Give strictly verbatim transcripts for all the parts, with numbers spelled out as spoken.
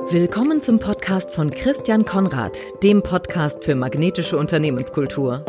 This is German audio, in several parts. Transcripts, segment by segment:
Willkommen zum Podcast von Christian Konrad, dem Podcast für magnetische Unternehmenskultur.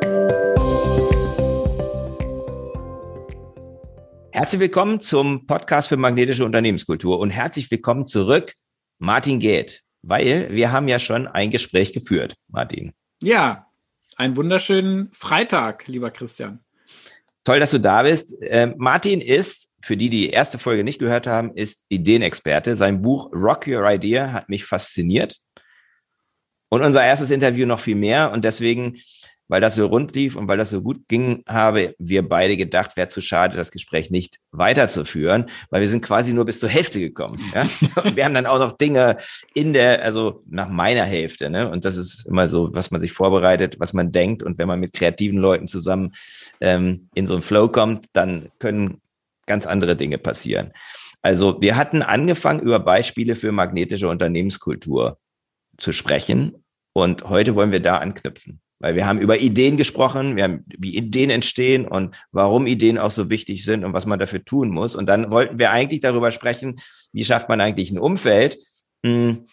Herzlich willkommen zum Podcast für magnetische Unternehmenskultur und herzlich willkommen zurück, Martin Gät, weil wir haben ja schon ein Gespräch geführt, Martin. Ja, einen wunderschönen Freitag, lieber Christian. Toll, dass du da bist. Äh, Martin ist, für die, die die erste Folge nicht gehört haben, ist Ideenexperte. Sein Buch Rock Your Idea hat mich fasziniert. Und unser erstes Interview noch viel mehr. Und deswegen, weil das so rund lief und weil das so gut ging, habe wir beide gedacht, wäre zu schade, das Gespräch nicht weiterzuführen, weil wir sind quasi nur bis zur Hälfte gekommen. Ja? Und wir haben dann auch noch Dinge in der, also nach meiner Hälfte, ne? Und das ist immer so, was man sich vorbereitet, was man denkt. Und wenn man mit kreativen Leuten zusammen ähm, in so einen Flow kommt, dann können ganz andere Dinge passieren. Also wir hatten angefangen, über Beispiele für magnetische Unternehmenskultur zu sprechen. Und heute wollen wir da anknüpfen. Weil wir haben über Ideen gesprochen, wir haben, wie Ideen entstehen und warum Ideen auch so wichtig sind und was man dafür tun muss. Und dann wollten wir eigentlich darüber sprechen, wie schafft man eigentlich ein Umfeld, hm,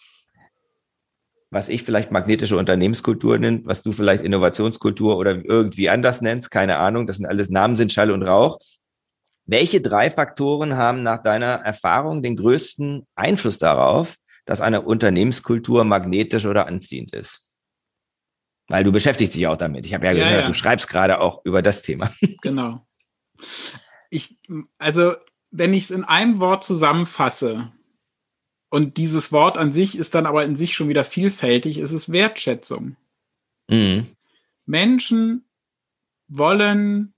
was ich vielleicht magnetische Unternehmenskultur nenne, was du vielleicht Innovationskultur oder irgendwie anders nennst, keine Ahnung, das sind alles Namen, sind Schall und Rauch. Welche drei Faktoren haben nach deiner Erfahrung den größten Einfluss darauf, dass eine Unternehmenskultur magnetisch oder anziehend ist? Weil du beschäftigst dich auch damit. Ich habe ja, ja gehört, ja. Du schreibst gerade auch über das Thema. Genau. Ich, also, wenn ich es in einem Wort zusammenfasse, und dieses Wort an sich ist dann aber in sich schon wieder vielfältig, ist es Wertschätzung. Mhm. Menschen wollen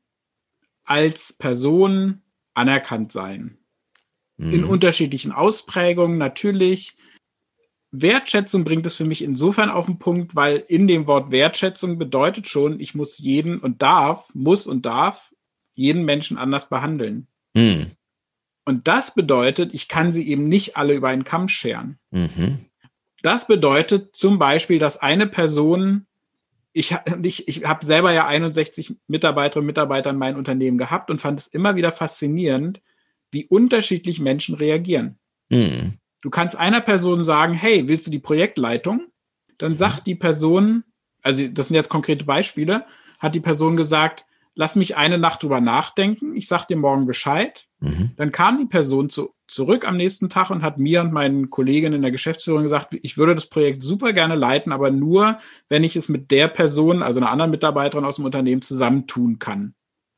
als Person anerkannt sein. Mhm. In unterschiedlichen Ausprägungen natürlich. Wertschätzung bringt es für mich insofern auf den Punkt, weil in dem Wort Wertschätzung bedeutet schon, ich muss jeden und darf, muss und darf jeden Menschen anders behandeln. Mhm. Und das bedeutet, ich kann sie eben nicht alle über einen Kamm scheren. Mhm. Das bedeutet zum Beispiel, dass eine Person, ich, ich, ich habe selber ja einundsechzig Mitarbeiterinnen und Mitarbeiter in meinem Unternehmen gehabt und fand es immer wieder faszinierend, wie unterschiedlich Menschen reagieren. Mhm. Du kannst einer Person sagen, hey, willst du die Projektleitung? Dann sagt die Person, also das sind jetzt konkrete Beispiele, hat die Person gesagt, lass mich eine Nacht drüber nachdenken, ich sag dir morgen Bescheid. Mhm. Dann kam die Person zu, zurück am nächsten Tag und hat mir und meinen Kolleginnen in der Geschäftsführung gesagt, ich würde das Projekt super gerne leiten, aber nur, wenn ich es mit der Person, also einer anderen Mitarbeiterin aus dem Unternehmen, zusammentun kann.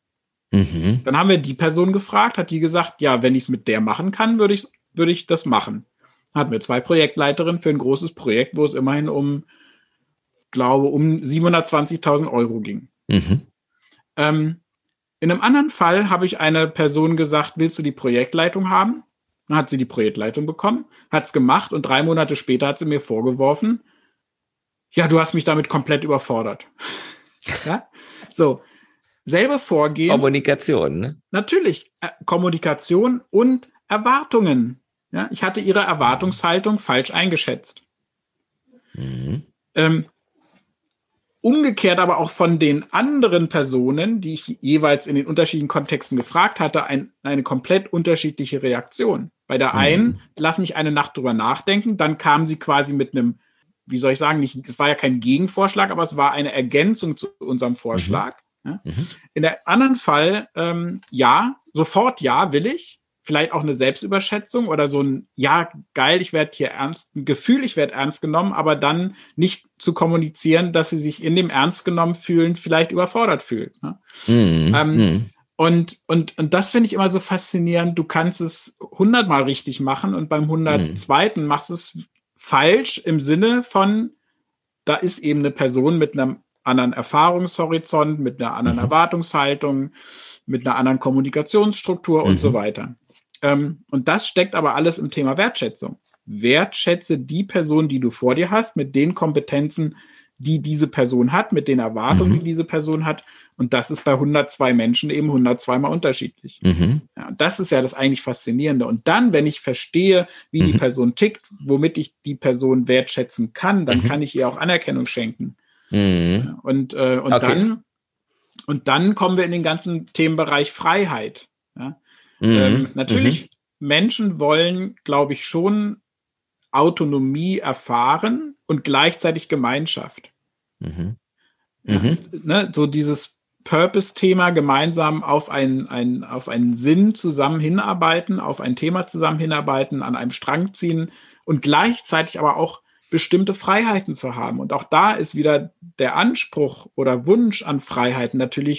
Mhm. Dann haben wir die Person gefragt, hat die gesagt, ja, wenn ich es mit der machen kann, würde ich, würde ich das machen. Hatten wir zwei Projektleiterinnen für ein großes Projekt, wo es immerhin um, glaube, um siebenhundertzwanzigtausend Euro ging. Mhm. Ähm, in einem anderen Fall habe ich eine Person gesagt, willst du die Projektleitung haben? Dann hat sie die Projektleitung bekommen, hat es gemacht und drei Monate später hat sie mir vorgeworfen, ja, du hast mich damit komplett überfordert. Ja? So, selbe Vorgehen. Kommunikation, ne? Natürlich, äh, Kommunikation und Erwartungen. Ja, ich hatte ihre Erwartungshaltung falsch eingeschätzt. Mhm. Ähm, umgekehrt aber auch von den anderen Personen, die ich jeweils in den unterschiedlichen Kontexten gefragt hatte, ein, eine komplett unterschiedliche Reaktion. Bei der einen, mhm. lass mich eine Nacht drüber nachdenken, dann kam sie quasi mit einem, wie soll ich sagen, nicht, es war ja kein Gegenvorschlag, aber es war eine Ergänzung zu unserem Vorschlag. Mhm. Ja. Mhm. In der anderen Fall, ähm, ja, sofort ja, will ich. Vielleicht auch eine Selbstüberschätzung oder so ein, ja, geil, ich werde hier ernst, ein Gefühl, ich werde ernst genommen, aber dann nicht zu kommunizieren, dass sie sich in dem ernst genommen fühlen, vielleicht überfordert fühlt. Ne? Mm, ähm, mm. Und, und, und das finde ich immer so faszinierend. Du kannst es hundertmal richtig machen und beim hundertzweiten Mm. machst du es falsch im Sinne von, da ist eben eine Person mit einem anderen Erfahrungshorizont, mit einer anderen mm-hmm. Erwartungshaltung, mit einer anderen Kommunikationsstruktur mm-hmm. und so weiter. Ähm, und das steckt aber alles im Thema Wertschätzung. Wertschätze die Person, die du vor dir hast, mit den Kompetenzen, die diese Person hat, mit den Erwartungen, mhm. die diese Person hat. Und das ist bei hundertzwei Menschen eben hundertzwei mal unterschiedlich. Mhm. Ja, das ist ja das eigentlich Faszinierende. Und dann, wenn ich verstehe, wie mhm. die Person tickt, womit ich die Person wertschätzen kann, dann mhm. kann ich ihr auch Anerkennung schenken. Mhm. Ja, und äh, und okay. dann und dann kommen wir in den ganzen Themenbereich Freiheit. Ja. Mhm. Ähm, natürlich, mhm. Menschen wollen, glaube ich, schon Autonomie erfahren und gleichzeitig Gemeinschaft. Mhm. Ja, Mhm. ne, so dieses Purpose-Thema gemeinsam auf einen, einen, auf einen Sinn zusammen hinarbeiten, auf ein Thema zusammen hinarbeiten, an einem Strang ziehen und gleichzeitig aber auch bestimmte Freiheiten zu haben. Und auch da ist wieder der Anspruch oder Wunsch an Freiheiten natürlich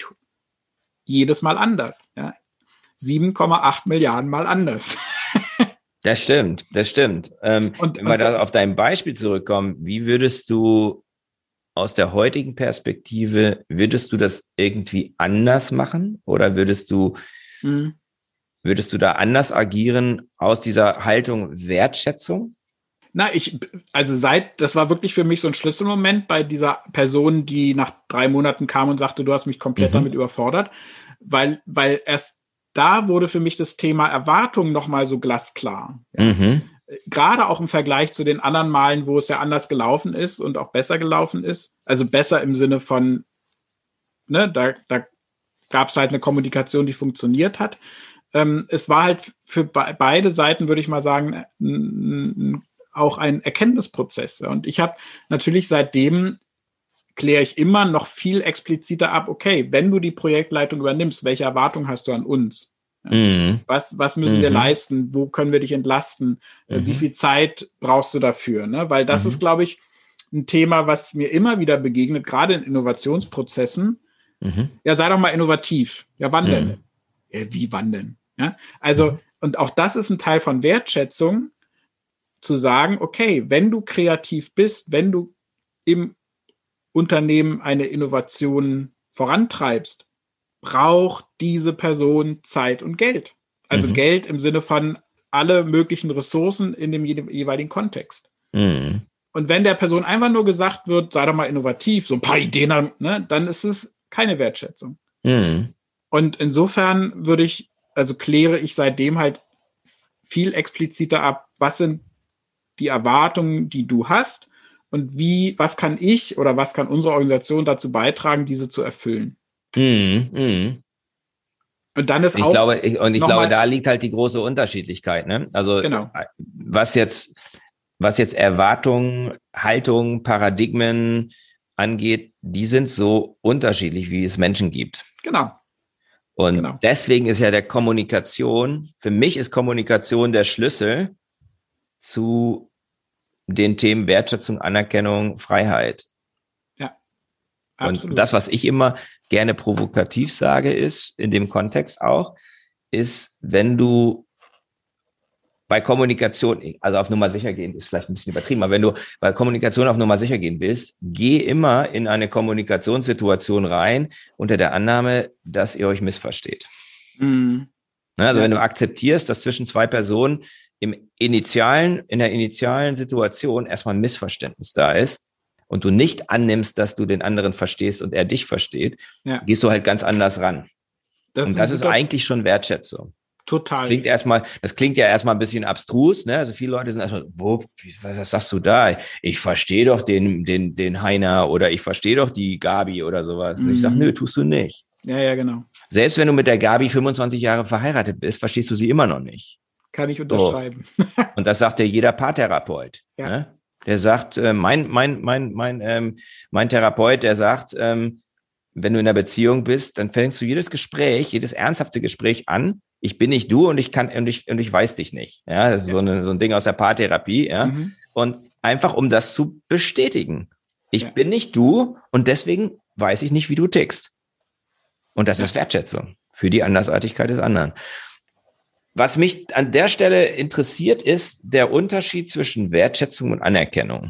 jedes Mal anders. Ja? sieben Komma acht Milliarden Mal anders. Das stimmt, das stimmt. Ähm, Und- wenn wir und- da auf dein Beispiel zurückkommen, wie würdest du aus der heutigen Perspektive, würdest du das irgendwie anders machen oder würdest du, Mhm. würdest du da anders agieren aus dieser Haltung Wertschätzung? Na, ich, also seit, das war wirklich für mich so ein Schlüsselmoment bei dieser Person, die nach drei Monaten kam und sagte, du hast mich komplett Mhm. damit überfordert, weil, weil erst da wurde für mich das Thema Erwartung nochmal so glasklar. Ja. Mhm. Gerade auch im Vergleich zu den anderen Malen, wo es ja anders gelaufen ist und auch besser gelaufen ist. Also besser im Sinne von, ne, da, da gab es halt eine Kommunikation, die funktioniert hat. Ähm, es war halt für be- beide Seiten, würde ich mal sagen, n- n- auch ein Erkenntnisprozess. Und ich habe natürlich seitdem kläre ich immer noch viel expliziter ab, okay, wenn du die Projektleitung übernimmst, welche Erwartungen hast du an uns? Mhm. Was, was müssen Mhm. wir leisten? Wo können wir dich entlasten? Äh, Mhm. Wie viel Zeit brauchst du dafür? Ne? Weil das Mhm. ist, glaube ich, ein Thema, was mir immer wieder begegnet, gerade in Innovationsprozessen. Mhm. Ja, sei doch mal innovativ. Ja, wann Mhm. denn? Ja, wie wann denn? Ja, also, Mhm. und auch das ist ein Teil von Wertschätzung, zu sagen, okay, wenn du kreativ bist, wenn du im Unternehmen eine Innovation vorantreibst, braucht diese Person Zeit und Geld. Also Mhm. Geld im Sinne von alle möglichen Ressourcen in dem jeweiligen Kontext. Mhm. Und wenn der Person einfach nur gesagt wird, sei doch mal innovativ, so ein paar Ideen haben, ne, dann ist es keine Wertschätzung. Mhm. Und insofern würde ich, also kläre ich seitdem halt viel expliziter ab, was sind die Erwartungen, die du hast und wie, was kann ich oder was kann unsere Organisation dazu beitragen, diese zu erfüllen. Mhm. Mhm. Und dann ist Ich auch glaube, ich, und ich noch glaube, mal- da liegt halt die große Unterschiedlichkeit. Ne? Also Genau. äh, was jetzt, was jetzt Erwartungen, Haltungen, Paradigmen angeht, die sind so unterschiedlich, wie es Menschen gibt. Genau. Und Genau. deswegen ist ja der Kommunikation, für mich ist Kommunikation der Schlüssel zu den Themen Wertschätzung, Anerkennung, Freiheit. Ja, Und absolut. das, was ich immer gerne provokativ sage, ist, in dem Kontext auch, ist, wenn du bei Kommunikation, also auf Nummer sicher gehen, ist vielleicht ein bisschen übertrieben, aber wenn du bei Kommunikation auf Nummer sicher gehen willst, geh immer in eine Kommunikationssituation rein unter der Annahme, dass ihr euch missversteht. Mhm. Ne, also Ja. wenn du akzeptierst, dass zwischen zwei Personen im initialen, in der initialen Situation erstmal ein Missverständnis da ist und du nicht annimmst, dass du den anderen verstehst und er dich versteht, Ja. gehst du halt ganz anders ran. Das Und ein das ist guter- eigentlich schon Wertschätzung. total. Klingt erstmal, das klingt ja erstmal ein bisschen abstrus, ne? Also viele Leute sind erstmal, wo, was, was sagst du da? Ich verstehe doch den, den, den Heiner oder ich verstehe doch die Gabi oder sowas. Und ich sage, Mhm. nö, tust du nicht. Ja, ja, genau. Selbst wenn du mit der Gabi fünfundzwanzig Jahre verheiratet bist, verstehst du sie immer noch nicht. Kann ich unterschreiben. Und das sagt ja jeder Paartherapeut. Ja. Ne? Der sagt, äh, mein, mein, mein, mein, ähm, mein Therapeut, der sagt, ähm, wenn du in einer Beziehung bist, dann fängst du jedes Gespräch, jedes ernsthafte Gespräch an. Ich bin nicht du und ich kann und ich und ich weiß dich nicht. Ja, das ist so, eine, so ein Ding aus der Paartherapie. Ja, Mhm. und einfach um das zu bestätigen. Ich Ja. bin nicht du und deswegen weiß ich nicht, wie du tickst. Und das Ja. ist Wertschätzung für die Andersartigkeit des anderen. Was mich an der Stelle interessiert, ist der Unterschied zwischen Wertschätzung und Anerkennung.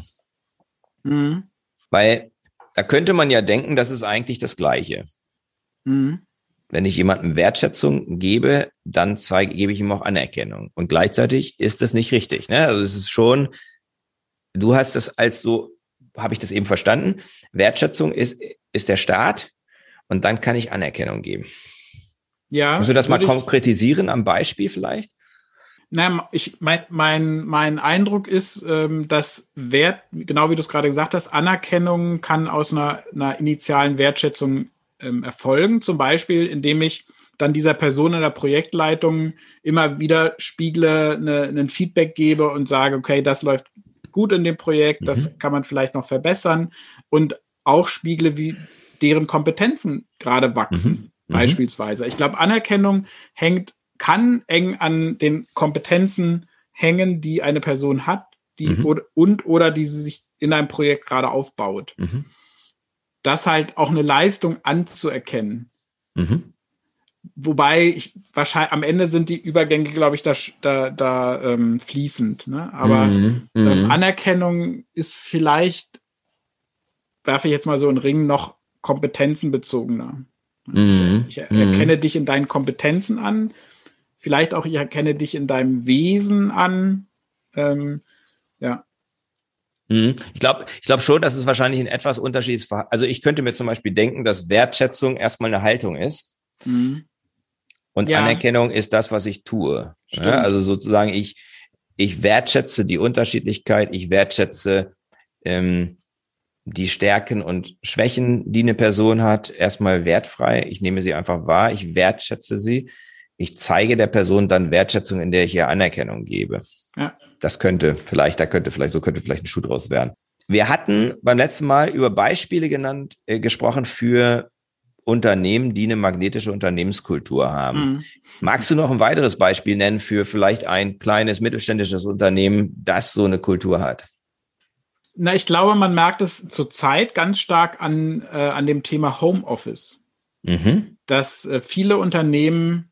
Mhm. Weil da könnte man ja denken, das ist eigentlich das Gleiche. Mhm. Wenn ich jemandem Wertschätzung gebe, dann zeige, gebe ich ihm auch Anerkennung. Und gleichzeitig ist das nicht richtig. Ne? Also es ist schon, du hast es als so, habe ich das eben verstanden, Wertschätzung ist, ist der Start und dann kann ich Anerkennung geben. Ja. Kannst du das mal würde ich- konkretisieren am Beispiel vielleicht? Na, ich, mein, mein, mein Eindruck ist, ähm, dass Wert, genau wie du es gerade gesagt hast, Anerkennung kann aus einer, einer initialen Wertschätzung ähm, erfolgen. Zum Beispiel, indem ich dann dieser Person in der Projektleitung immer wieder spiegle, eine, ein Feedback gebe und sage, okay, das läuft gut in dem Projekt, mhm. das kann man vielleicht noch verbessern und auch spiegle, wie deren Kompetenzen gerade wachsen, mhm. beispielsweise. Ich glaube, Anerkennung hängt, kann eng an den Kompetenzen hängen, die eine Person hat, die mhm. oder, und oder die sie sich in einem Projekt gerade aufbaut. Mhm. Das halt auch eine Leistung anzuerkennen. Mhm. Wobei ich wahrscheinlich am Ende sind die Übergänge, glaube ich, da, da, da ähm, fließend. Ne? Aber mhm. ähm, Anerkennung ist vielleicht, werfe ich jetzt mal so einen Ring, noch kompetenzenbezogener. Mhm. Ich, ich erkenne mhm. dich in deinen Kompetenzen an. Vielleicht auch, ich erkenne dich in deinem Wesen an. Ähm, ja. Ich glaube ich glaube schon, dass es wahrscheinlich ein etwas Unterschied ist. Also ich könnte mir zum Beispiel denken, dass Wertschätzung erstmal eine Haltung ist. Mhm. Und ja. Anerkennung ist das, was ich tue. Ja, also sozusagen, ich, ich wertschätze die Unterschiedlichkeit, ich wertschätze ähm, die Stärken und Schwächen, die eine Person hat, erstmal wertfrei. Ich nehme sie einfach wahr, ich wertschätze sie. Ich zeige der Person dann Wertschätzung, in der ich ihr Anerkennung gebe. Ja. Das könnte vielleicht, da könnte vielleicht, so könnte vielleicht ein Schuh draus werden. Wir hatten beim letzten Mal über Beispiele genannt, äh, gesprochen für Unternehmen, die eine magnetische Unternehmenskultur haben. Mhm. Magst du noch ein weiteres Beispiel nennen für vielleicht ein kleines mittelständisches Unternehmen, das so eine Kultur hat? Na, ich glaube, man merkt es zurzeit ganz stark an, äh, an dem Thema Homeoffice. Mhm. Dass äh, viele Unternehmen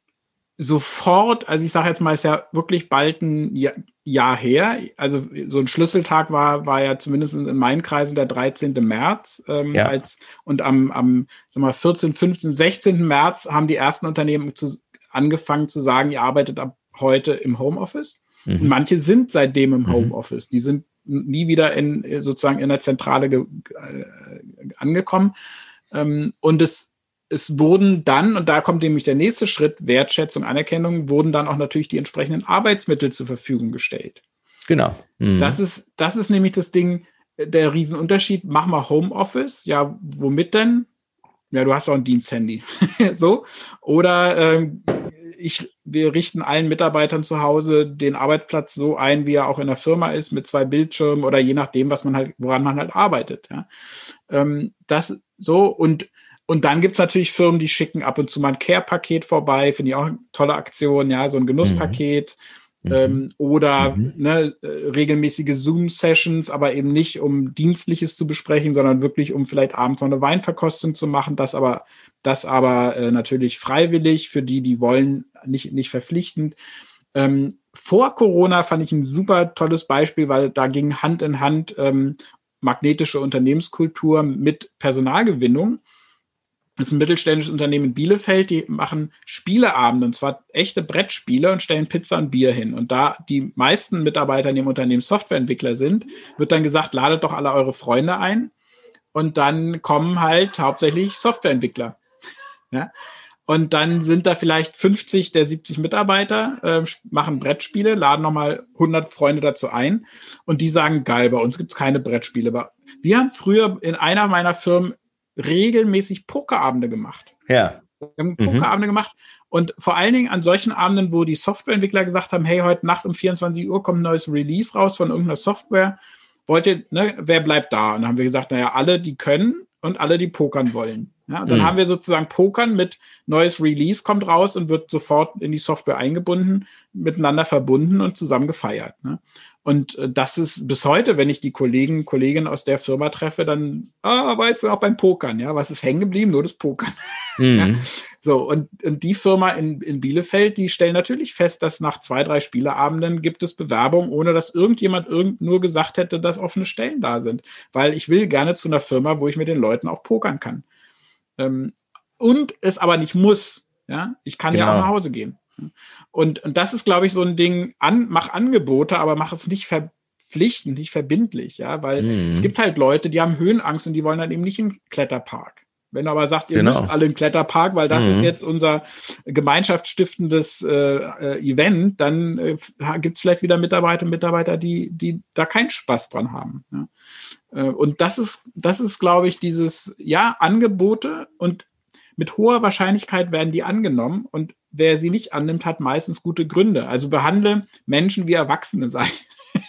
sofort, also ich sage jetzt mal, es ist ja wirklich bald ein Jahr, Jahr her, also so ein Schlüsseltag war war ja zumindest in meinen Kreisen der dreizehnten März, ähm, ja. als und am am sag mal vierzehnten, fünfzehnten, sechzehnten März haben die ersten Unternehmen zu, angefangen zu sagen, ihr arbeitet ab heute im Homeoffice. Mhm. Und manche sind seitdem im Homeoffice, die sind nie wieder in sozusagen in der Zentrale ge, äh, angekommen, ähm, und es Es wurden dann, und da kommt nämlich der nächste Schritt, Wertschätzung, Anerkennung, wurden dann auch natürlich die entsprechenden Arbeitsmittel zur Verfügung gestellt. Genau. Mhm. Das ist, das ist nämlich das Ding, der Riesenunterschied. Mach mal Homeoffice. Ja, womit denn? Ja, du hast auch ein Diensthandy. So. Oder ähm, ich, wir richten allen Mitarbeitern zu Hause den Arbeitsplatz so ein, wie er auch in der Firma ist, mit zwei Bildschirmen oder je nachdem, was man halt, woran man halt arbeitet. Ja. Ähm, das so und Und dann gibt's natürlich Firmen, die schicken ab und zu mal ein Care-Paket vorbei, finde ich auch eine tolle Aktion, ja, so ein Genusspaket. Mhm. Ähm, oder mhm. ne, regelmäßige Zoom-Sessions, aber eben nicht, um Dienstliches zu besprechen, sondern wirklich, um vielleicht abends noch eine Weinverkostung zu machen. Das aber, das aber äh, natürlich freiwillig, für die, die wollen, nicht, nicht verpflichtend. Ähm, vor Corona fand ich ein super tolles Beispiel, weil da ging Hand in Hand ähm, magnetische Unternehmenskultur mit Personalgewinnung. Das ist ein mittelständisches Unternehmen in Bielefeld, die machen Spieleabende, und zwar echte Brettspiele, und stellen Pizza und Bier hin. Und da die meisten Mitarbeiter in dem Unternehmen Softwareentwickler sind, wird dann gesagt, ladet doch alle eure Freunde ein. Und dann kommen halt hauptsächlich Softwareentwickler. Ja? Und dann sind da vielleicht fünfzig der siebzig Mitarbeiter, äh, machen Brettspiele, laden nochmal hundert Freunde dazu ein. Und die sagen, geil, bei uns gibt's keine Brettspiele. Wir haben früher in einer meiner Firmen regelmäßig Pokerabende gemacht. Ja. Wir haben Pokerabende mhm. gemacht und vor allen Dingen an solchen Abenden, wo die Softwareentwickler gesagt haben, hey, heute Nacht um vierundzwanzig Uhr kommt ein neues Release raus von irgendeiner Software. Wollt ihr, ne, wer bleibt da? Und dann haben wir gesagt, naja, alle, die können und alle, die pokern wollen. Ja, und dann mhm. haben wir sozusagen Pokern mit neues Release kommt raus und wird sofort in die Software eingebunden, miteinander verbunden und zusammen gefeiert. Ne? Und äh, das ist bis heute, wenn ich die Kollegen, Kolleginnen aus der Firma treffe, dann, ah, weißt du, auch beim Pokern, ja, was ist hängen geblieben? Nur das Pokern. Mhm. Ja? So, und, und die Firma in, in Bielefeld, die stellen natürlich fest, dass nach zwei, drei Spieleabenden gibt es Bewerbung, ohne dass irgendjemand irgend nur gesagt hätte, dass offene Stellen da sind. Weil ich will gerne zu einer Firma, wo ich mit den Leuten auch pokern kann. Ähm, und es aber nicht muss. Ja, ich kann genau. ja auch nach Hause gehen. Und, und das ist, glaube ich, so ein Ding, an, mach Angebote, aber mach es nicht verpflichtend, nicht verbindlich, ja, weil mhm. es gibt halt Leute, die haben Höhenangst und die wollen dann eben nicht im Kletterpark. Wenn du aber sagst, ihr genau. müsst alle im Kletterpark, weil das mhm. ist jetzt unser gemeinschaftsstiftendes äh, äh, Event, dann äh, gibt es vielleicht wieder Mitarbeiter und Mitarbeiter, die, die da keinen Spaß dran haben. Ja. Äh, und das ist, das ist, glaube ich, dieses, ja, Angebote, und mit hoher Wahrscheinlichkeit werden die angenommen, und wer sie nicht annimmt, hat meistens gute Gründe. Also behandle Menschen wie Erwachsene sein.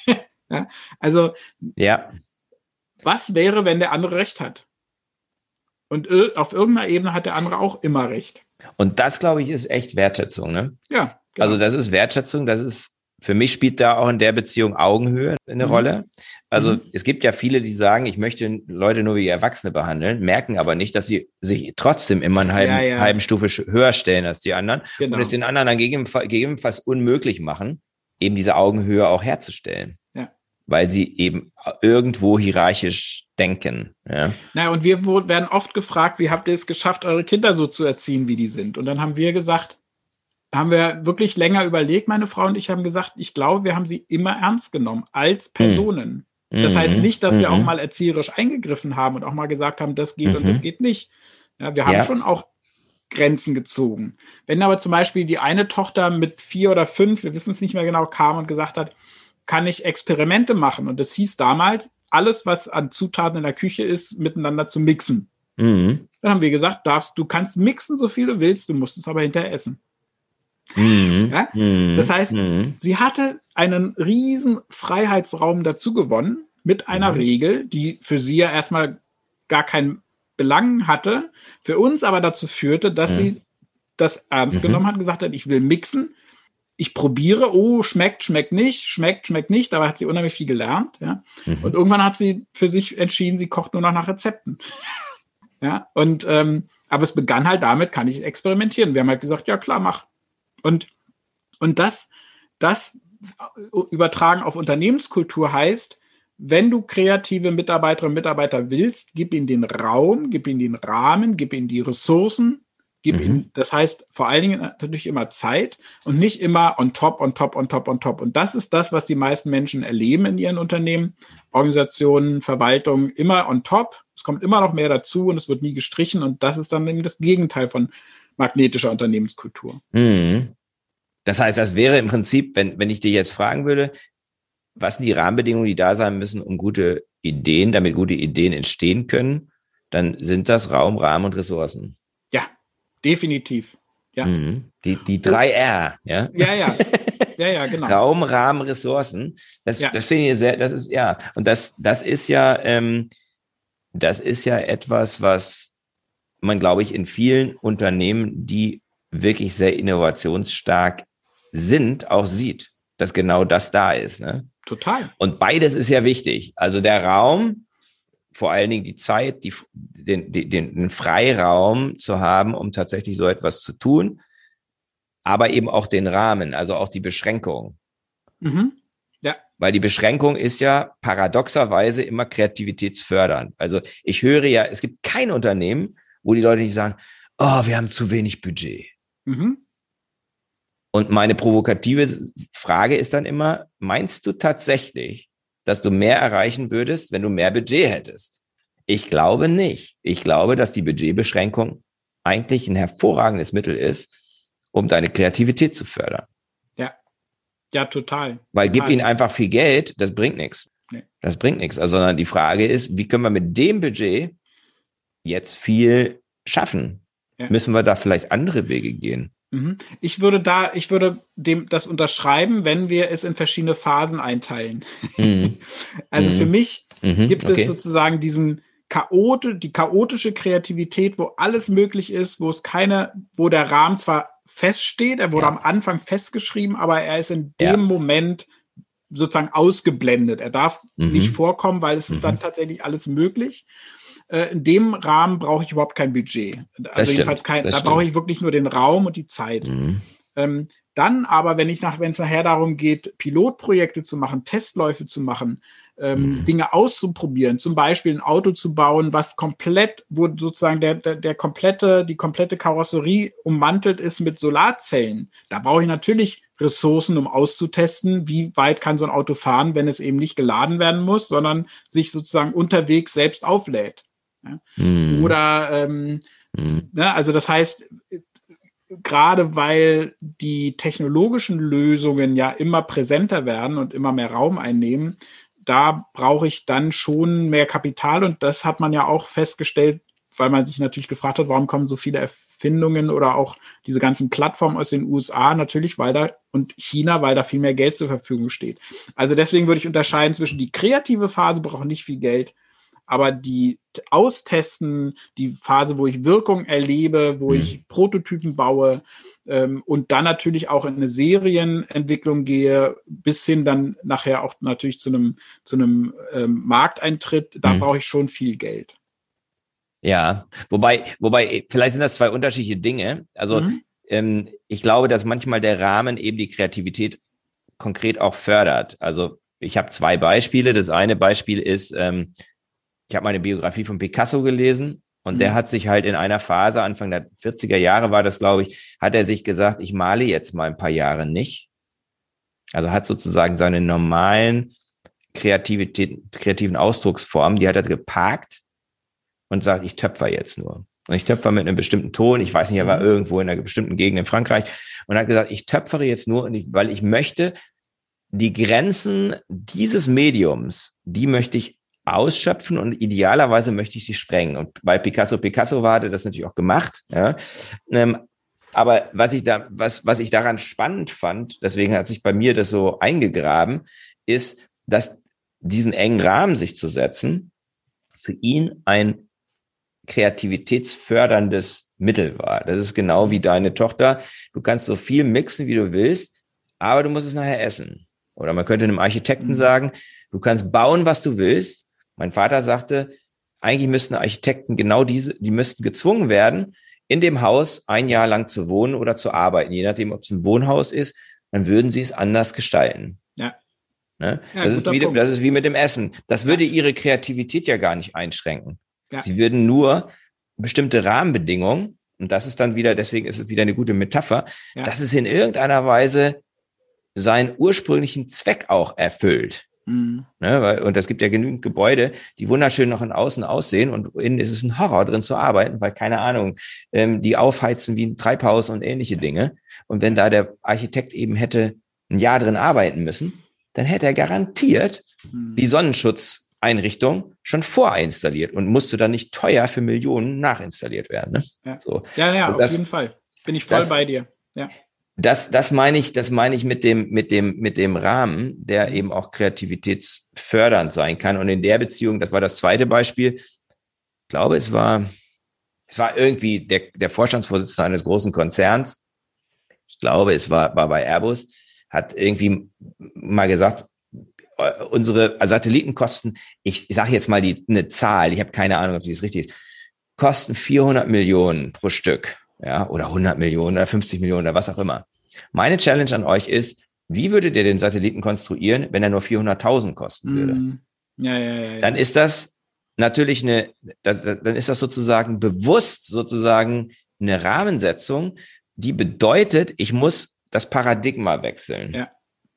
Ja? Also, ja. Was wäre, wenn der andere recht hat? Und auf irgendeiner Ebene hat der andere auch immer recht. Und das, glaube ich, ist echt Wertschätzung, ne? Ja. Genau. Also das ist Wertschätzung, das ist, für mich spielt da auch in der Beziehung Augenhöhe eine mhm. Rolle. Also mhm. es gibt ja viele, die sagen, ich möchte Leute nur wie Erwachsene behandeln, merken aber nicht, dass sie sich trotzdem immer einen halben, ja, ja. halben Stufe höher stellen als die anderen genau. und es den anderen dann gegebenenfalls, gegebenenfalls unmöglich machen, eben diese Augenhöhe auch herzustellen. Ja. Weil sie eben irgendwo hierarchisch denken. Ja. Na, und wir werden oft gefragt, wie habt ihr es geschafft, eure Kinder so zu erziehen, wie die sind? Und dann haben wir gesagt, haben wir wirklich länger überlegt, meine Frau und ich haben gesagt, ich glaube, wir haben sie immer ernst genommen, als Personen. Mhm. Das heißt nicht, dass mhm. wir auch mal erzieherisch eingegriffen haben und auch mal gesagt haben, das geht mhm. und das geht nicht. Ja, wir haben ja. schon auch Grenzen gezogen. Wenn aber zum Beispiel die eine Tochter mit vier oder fünf, wir wissen es nicht mehr genau, kam und gesagt hat, kann ich Experimente machen? Und das hieß damals, alles, was an Zutaten in der Küche ist, miteinander zu mixen. Mhm. Dann haben wir gesagt, darfst, du kannst mixen, so viel du willst, du musst es aber hinterher essen. Mhm. Ja? Mhm. Das heißt, mhm. sie hatte einen riesen Freiheitsraum dazu gewonnen, mit einer mhm. Regel, die für sie ja erstmal gar keinen Belang hatte, für uns aber dazu führte, dass mhm. sie das ernst mhm. genommen hat, gesagt hat, ich will mixen, ich probiere, oh, schmeckt, schmeckt nicht, schmeckt, schmeckt nicht, dabei hat sie unheimlich viel gelernt, ja. Mhm. Und irgendwann hat sie für sich entschieden, sie kocht nur noch nach Rezepten. Ja, und, ähm, aber es begann halt damit, kann ich experimentieren. Wir haben halt gesagt, ja klar, mach. Und, und das, das übertragen auf Unternehmenskultur heißt, wenn du kreative Mitarbeiterinnen und Mitarbeiter willst, gib ihnen den Raum, gib ihnen den Rahmen, gib ihnen die Ressourcen, gib mhm. ihnen, das heißt vor allen Dingen natürlich immer Zeit und nicht immer on top, on top, on top, on top. Und das ist das, was die meisten Menschen erleben in ihren Unternehmen, Organisationen, Verwaltungen, immer on top. Es kommt immer noch mehr dazu und es wird nie gestrichen. Und das ist dann eben das Gegenteil von magnetischer Unternehmenskultur. Mhm. Das heißt, das wäre im Prinzip, wenn, wenn ich dich jetzt fragen würde, was sind die Rahmenbedingungen, die da sein müssen, um gute Ideen, damit gute Ideen entstehen können, dann sind das Raum, Rahmen und Ressourcen. Ja, definitiv. Ja. Mhm. Die, die drei R, ja? Ja, ja. Ja, ja, genau. Raum, Rahmen, Ressourcen. Das, ja. das finde ich sehr, das ist, ja. Und das, das ist ja, ähm, das ist ja etwas, was man, glaube ich, in vielen Unternehmen, die wirklich sehr innovationsstark sind, auch sieht, dass genau das da ist. Ne? Total. Und beides ist ja wichtig. Also der Raum, vor allen Dingen die Zeit, die, den, den, den Freiraum zu haben, um tatsächlich so etwas zu tun, aber eben auch den Rahmen, also auch die Beschränkung. Mhm. Ja. Weil die Beschränkung ist ja paradoxerweise immer kreativitätsfördernd. Also ich höre ja, es gibt kein Unternehmen, wo die Leute nicht sagen, oh, wir haben zu wenig Budget. Mhm. Und meine provokative Frage ist dann immer, meinst du tatsächlich, dass du mehr erreichen würdest, wenn du mehr Budget hättest? Ich glaube nicht. Ich glaube, dass die Budgetbeschränkung eigentlich ein hervorragendes Mittel ist, um deine Kreativität zu fördern. Ja, ja, total. Weil total. gib ihnen einfach viel Geld, das bringt nichts. Nee. Das bringt nichts. Also, sondern die Frage ist, wie können wir mit dem Budget jetzt viel schaffen? Ja. Müssen wir da vielleicht andere Wege gehen? Ich würde da, ich würde dem das unterschreiben, wenn wir es in verschiedene Phasen einteilen. Mhm. Also mhm. für mich mhm. gibt okay. es sozusagen diesen Chaote, die chaotische Kreativität, wo alles möglich ist, wo es keine, wo der Rahmen zwar feststeht, er wurde ja. am Anfang festgeschrieben, aber er ist in dem ja. Moment sozusagen ausgeblendet. Er darf mhm. nicht vorkommen, weil es mhm. ist dann tatsächlich alles möglich. In dem Rahmen brauche ich überhaupt kein Budget. Also das jedenfalls kein, stimmt, da brauche ich wirklich nur den Raum und die Zeit. Mhm. Ähm, dann aber, wenn ich nach, wenn es nachher darum geht, Pilotprojekte zu machen, Testläufe zu machen, ähm, mhm. Dinge auszuprobieren, zum Beispiel ein Auto zu bauen, was komplett, wo sozusagen der, der, der komplette, die komplette Karosserie ummantelt ist mit Solarzellen, da brauche ich natürlich Ressourcen, um auszutesten, wie weit kann so ein Auto fahren, wenn es eben nicht geladen werden muss, sondern sich sozusagen unterwegs selbst auflädt. Ja? Mhm. Oder, ähm, mhm. ne, also das heißt, gerade weil die technologischen Lösungen ja immer präsenter werden und immer mehr Raum einnehmen, da brauche ich dann schon mehr Kapital und das hat man ja auch festgestellt, weil man sich natürlich gefragt hat, warum kommen so viele Erfindungen oder auch diese ganzen Plattformen aus den U S A natürlich, weil da und China, weil da viel mehr Geld zur Verfügung steht. Also deswegen würde ich unterscheiden zwischen die kreative Phase braucht nicht viel Geld, aber die Austesten, die Phase, wo ich Wirkung erlebe, wo mhm. ich Prototypen baue ähm, und dann natürlich auch in eine Serienentwicklung gehe, bis hin dann nachher auch natürlich zu einem zu einem ähm, Markteintritt, da mhm. brauche ich schon viel Geld. Ja, wobei, wobei, vielleicht sind das zwei unterschiedliche Dinge. Also mhm. ähm, ich glaube, dass manchmal der Rahmen eben die Kreativität konkret auch fördert. Also ich habe zwei Beispiele. Das eine Beispiel ist, ähm, ich habe meine Biografie von Picasso gelesen und mhm. der hat sich halt in einer Phase, Anfang der vierziger Jahre war das, glaube ich, hat er sich gesagt, ich male jetzt mal ein paar Jahre nicht. Also hat sozusagen seine normalen Kreativität, kreativen Ausdrucksformen, die hat er geparkt und sagt, ich töpfer jetzt nur. Und ich töpfer mit einem bestimmten Ton. Ich weiß nicht, er war irgendwo in einer bestimmten Gegend in Frankreich und hat gesagt, ich töpfere jetzt nur, weil ich möchte die Grenzen dieses Mediums, die möchte ich ausschöpfen und idealerweise möchte ich sie sprengen. Und bei Picasso, Picasso war, hat er das natürlich auch gemacht. Ja. Ähm, aber was ich da, was, was ich daran spannend fand, deswegen hat sich bei mir das so eingegraben, ist, dass diesen engen Rahmen sich zu setzen, für ihn ein kreativitätsförderndes Mittel war. Das ist genau wie deine Tochter. Du kannst so viel mixen, wie du willst, aber du musst es nachher essen. Oder man könnte einem Architekten mhm. sagen, du kannst bauen, was du willst. Mein Vater sagte, eigentlich müssten Architekten genau diese, die müssten gezwungen werden, in dem Haus ein Jahr lang zu wohnen oder zu arbeiten. Je nachdem, ob es ein Wohnhaus ist, dann würden sie es anders gestalten. Ja. Ne? Ja, das, ist wie, das ist wie mit dem Essen. Das würde ja. ihre Kreativität ja gar nicht einschränken. Ja. Sie würden nur bestimmte Rahmenbedingungen, und das ist dann wieder, deswegen ist es wieder eine gute Metapher, ja. dass es in irgendeiner Weise seinen ursprünglichen Zweck auch erfüllt. Mhm. Ne, weil, und es gibt ja genügend Gebäude, die wunderschön noch in außen aussehen und innen ist es ein Horror drin zu arbeiten, weil, keine Ahnung, ähm, die aufheizen wie ein Treibhaus und ähnliche Dinge. Und wenn da der Architekt eben hätte ein Jahr drin arbeiten müssen, dann hätte er garantiert mhm. die Sonnenschutzeinrichtung schon vorinstalliert und musste dann nicht teuer für Millionen nachinstalliert werden. Ne? Ja. So. ja, ja, also das, auf jeden Fall. Bin ich voll das, bei dir. Ja. Das, das meine ich, das meine ich mit dem, mit dem, mit dem Rahmen, der eben auch kreativitätsfördernd sein kann. Und in der Beziehung, das war das zweite Beispiel. Ich glaube, es war, es war irgendwie der, der Vorstandsvorsitzende eines großen Konzerns. Ich glaube, es war, war bei Airbus, hat irgendwie mal gesagt, unsere Satellitenkosten, ich sage jetzt mal die, eine Zahl, ich habe keine Ahnung, ob die ist richtig ist, kosten vierhundert Millionen pro Stück. Ja, oder hundert Millionen oder fünfzig Millionen oder was auch immer. Meine Challenge an euch ist, wie würdet ihr den Satelliten konstruieren, wenn er nur vierhunderttausend kosten würde? Mm. Ja, ja, ja, ja. Dann ist das natürlich eine, dann ist das sozusagen bewusst sozusagen eine Rahmensetzung, die bedeutet, ich muss das Paradigma wechseln. Ja.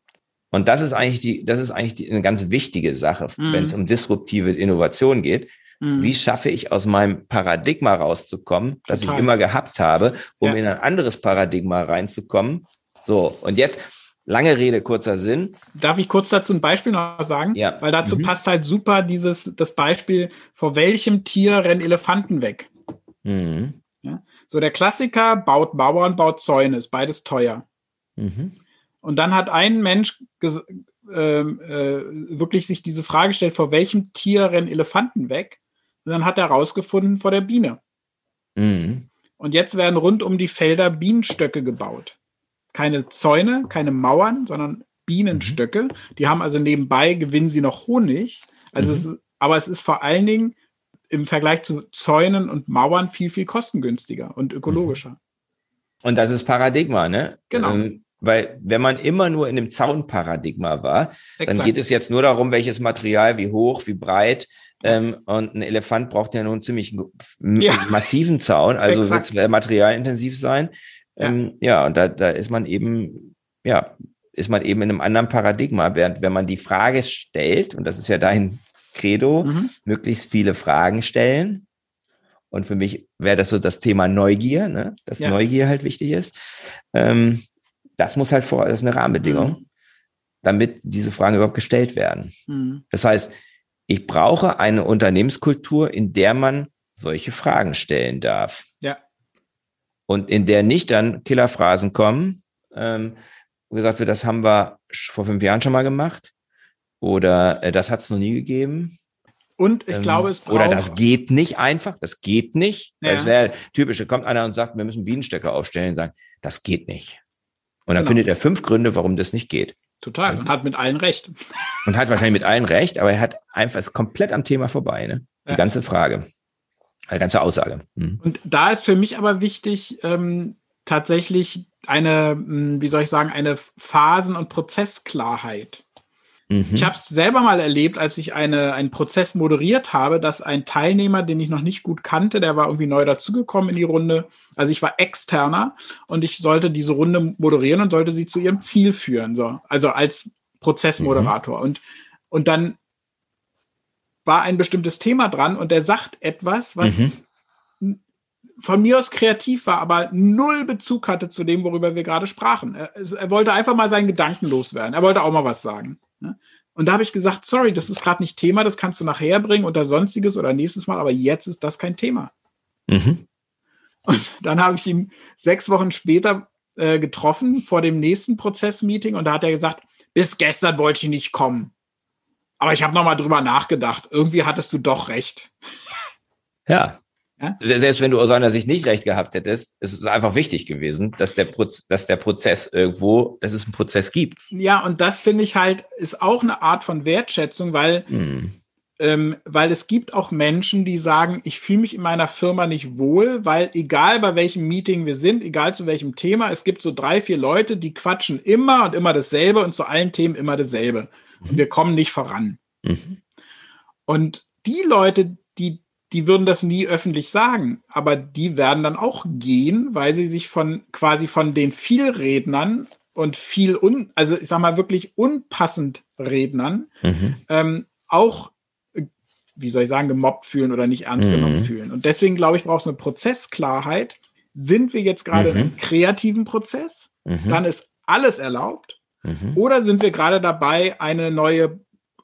Und das ist eigentlich die, das ist eigentlich die, eine ganz wichtige Sache, mm. wenn es um disruptive Innovation geht. Wie schaffe ich aus meinem Paradigma rauszukommen, das Total. ich immer gehabt habe, um ja. in ein anderes Paradigma reinzukommen? So, und jetzt, lange Rede, kurzer Sinn. Darf ich kurz dazu ein Beispiel noch sagen? Ja. Weil dazu mhm. passt halt super dieses, das Beispiel, vor welchem Tier rennen Elefanten weg? Mhm. Ja? So, der Klassiker baut Mauern, baut Zäune, ist beides teuer. Mhm. Und dann hat ein Mensch ges- äh, äh, wirklich sich diese Frage gestellt, vor welchem Tier rennen Elefanten weg? Und dann hat er herausgefunden, vor der Biene. Mhm. Und jetzt werden rund um die Felder Bienenstöcke gebaut. Keine Zäune, keine Mauern, sondern Bienenstöcke. Mhm. Die haben also nebenbei, gewinnen sie noch Honig. Also mhm. es ist, aber es ist vor allen Dingen im Vergleich zu Zäunen und Mauern viel, viel kostengünstiger und ökologischer. Und das ist Paradigma, ne? Genau. Ähm, weil wenn man immer nur in dem Zaunparadigma war, Exakt. dann geht es jetzt nur darum, welches Material, wie hoch, wie breit. Ähm, und ein Elefant braucht ja nun einen ziemlich m- ja. massiven Zaun, also wird es materialintensiv sein. Ja, ähm, ja und da, da ist man eben, ja, ist man eben in einem anderen Paradigma, während wenn man die Frage stellt, und das ist ja dein Credo, mhm. möglichst viele Fragen stellen. Und für mich wäre das so das Thema Neugier, ne? dass ja. Neugier halt wichtig ist. Ähm, das muss halt vor, das ist eine Rahmenbedingung, mhm. damit diese Fragen überhaupt gestellt werden. Mhm. Das heißt, ich brauche eine Unternehmenskultur, in der man solche Fragen stellen darf. Ja. und in der nicht dann Killerphrasen kommen, ähm, wo gesagt wird, das haben wir vor fünf Jahren schon mal gemacht oder äh, das hat es noch nie gegeben. Und ich ähm, glaube, es braucht... Oder das geht nicht einfach, das geht nicht. Ja. Weil es wäre typisch, da kommt einer und sagt, wir müssen Bienenstöcke aufstellen und sagen, das geht nicht. Und dann Genau. findet er fünf Gründe, warum das nicht geht. Total, und hat mit allen recht. Und hat wahrscheinlich mit allen recht, aber er hat einfach, ist komplett am Thema vorbei, ne? Die Ja. ganze Frage, die ganze Aussage. Mhm. Und da ist für mich aber wichtig, ähm, tatsächlich eine, mh, wie soll ich sagen, eine Phasen- und Prozessklarheit. Mhm. Ich habe es selber mal erlebt, als ich eine, einen Prozess moderiert habe, dass ein Teilnehmer, den ich noch nicht gut kannte, der war irgendwie neu dazugekommen in die Runde. Also ich war Externer und ich sollte diese Runde moderieren und sollte sie zu ihrem Ziel führen. So. Also als Prozessmoderator. Mhm. Und, und dann war ein bestimmtes Thema dran und der sagt etwas, was mhm. von mir aus kreativ war, aber null Bezug hatte zu dem, worüber wir gerade sprachen. Er, er wollte einfach mal seinen Gedanken loswerden. Er wollte auch mal was sagen. Und da habe ich gesagt, sorry, das ist gerade nicht Thema, das kannst du nachher bringen oder sonstiges oder nächstes Mal, aber jetzt ist das kein Thema. Mhm. Und dann habe ich ihn sechs Wochen später äh, getroffen vor dem nächsten Prozessmeeting und da hat er gesagt, bis gestern wollte ich nicht kommen. Aber ich habe nochmal drüber nachgedacht. Irgendwie hattest du doch recht. Ja. Ja? Selbst wenn du aus seiner Sicht nicht recht gehabt hättest, ist es einfach wichtig gewesen, dass der, Proz- dass der Prozess irgendwo, dass es einen Prozess gibt. Ja, und das finde ich halt, ist auch eine Art von Wertschätzung, weil, hm. ähm, weil es gibt auch Menschen, die sagen, ich fühle mich in meiner Firma nicht wohl, weil egal bei welchem Meeting wir sind, egal zu welchem Thema, es gibt so drei, vier Leute, die quatschen immer und immer dasselbe und zu allen Themen immer dasselbe. Mhm. Und wir kommen nicht voran. Mhm. Und die Leute, die die würden das nie öffentlich sagen, aber die werden dann auch gehen, weil sie sich von quasi von den Vielrednern und viel, un, also ich sag mal wirklich unpassend Rednern mhm. ähm, auch, wie soll ich sagen, gemobbt fühlen oder nicht ernst mhm. genommen fühlen. Und deswegen glaube ich, braucht es eine Prozessklarheit. Sind wir jetzt gerade mhm. in einem kreativen Prozess? Mhm. Dann ist alles erlaubt. Mhm. Oder sind wir gerade dabei, eine neue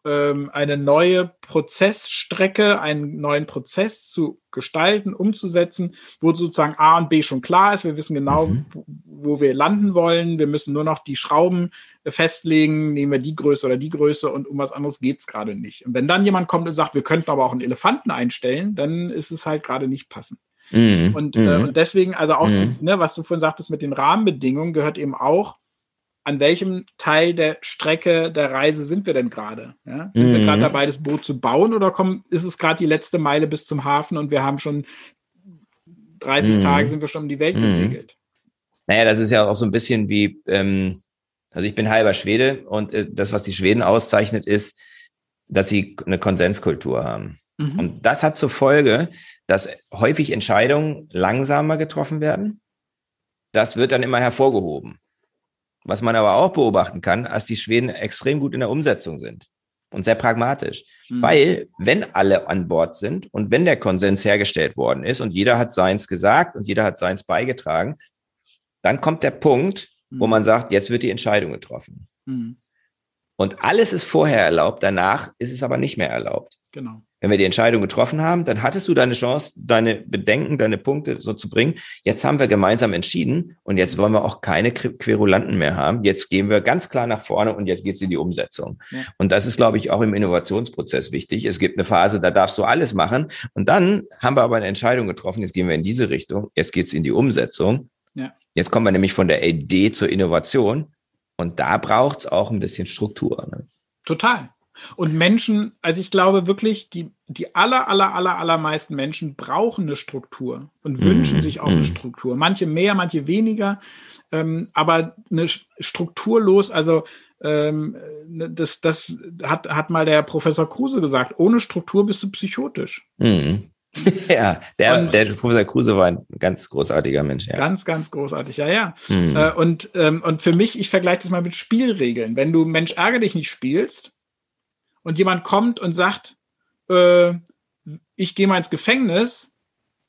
eine neue Prozessstrecke, einen neuen Prozess zu gestalten, umzusetzen, wo sozusagen A und B schon klar ist. Wir wissen genau, mhm. wo, wo wir landen wollen. Wir müssen nur noch die Schrauben festlegen, nehmen wir die Größe oder die Größe und um was anderes geht es gerade nicht. Und wenn dann jemand kommt und sagt, wir könnten aber auch einen Elefanten einstellen, dann ist es halt gerade nicht passend. Mhm. Und, mhm. Äh, und deswegen, also auch, mhm. zu, ne, was du vorhin sagtest mit den Rahmenbedingungen, gehört eben auch, an welchem Teil der Strecke der Reise sind wir denn gerade? Ja? Sind mhm. wir gerade dabei, das Boot zu bauen oder kommen, ist es gerade die letzte Meile bis zum Hafen und wir haben schon dreißig mhm. Tage, sind wir schon um die Welt mhm. gesegelt? Naja, das ist ja auch so ein bisschen wie, ähm, also ich bin halber Schwede und äh, das, was die Schweden auszeichnet, ist, dass sie eine Konsenskultur haben. Mhm. Und das hat zur Folge, dass häufig Entscheidungen langsamer getroffen werden. Das wird dann immer hervorgehoben. Was man aber auch beobachten kann, dass die Schweden extrem gut in der Umsetzung sind und sehr pragmatisch. Mhm. Weil, wenn alle an Bord sind und wenn der Konsens hergestellt worden ist und jeder hat seins gesagt und jeder hat seins beigetragen, dann kommt der Punkt, mhm. wo man sagt, jetzt wird die Entscheidung getroffen. Mhm. Und alles ist vorher erlaubt, danach ist es aber nicht mehr erlaubt. Genau. Wenn wir die Entscheidung getroffen haben, dann hattest du deine Chance, deine Bedenken, deine Punkte so zu bringen. Jetzt haben wir gemeinsam entschieden und jetzt wollen wir auch keine Querulanten mehr haben. Jetzt gehen wir ganz klar nach vorne und jetzt geht's in die Umsetzung. Ja. Und das ist, glaube ich, auch im Innovationsprozess wichtig. Es gibt eine Phase, da darfst du alles machen. Und dann haben wir aber eine Entscheidung getroffen, jetzt gehen wir in diese Richtung, jetzt geht's in die Umsetzung. Ja. Jetzt kommen wir nämlich von der Idee zur Innovation und da braucht's auch ein bisschen Struktur. Ne? Total. Und Menschen, also ich glaube wirklich, die, die aller, aller, aller, allermeisten Menschen brauchen eine Struktur und wünschen mm, sich auch mm. eine Struktur. Manche mehr, manche weniger, ähm, aber eine strukturlos, also ähm, das, das hat, hat mal der Professor Kruse gesagt, ohne Struktur bist du psychotisch. Mm. Ja, der, und, der Professor Kruse war ein ganz großartiger Mensch. Ja. Ganz, ganz großartig, ja, ja. Mm. Äh, und, ähm, und für mich, ich vergleiche das mal mit Spielregeln. Wenn du Mensch ärgere dich nicht spielst, und jemand kommt und sagt, äh, ich gehe mal ins Gefängnis,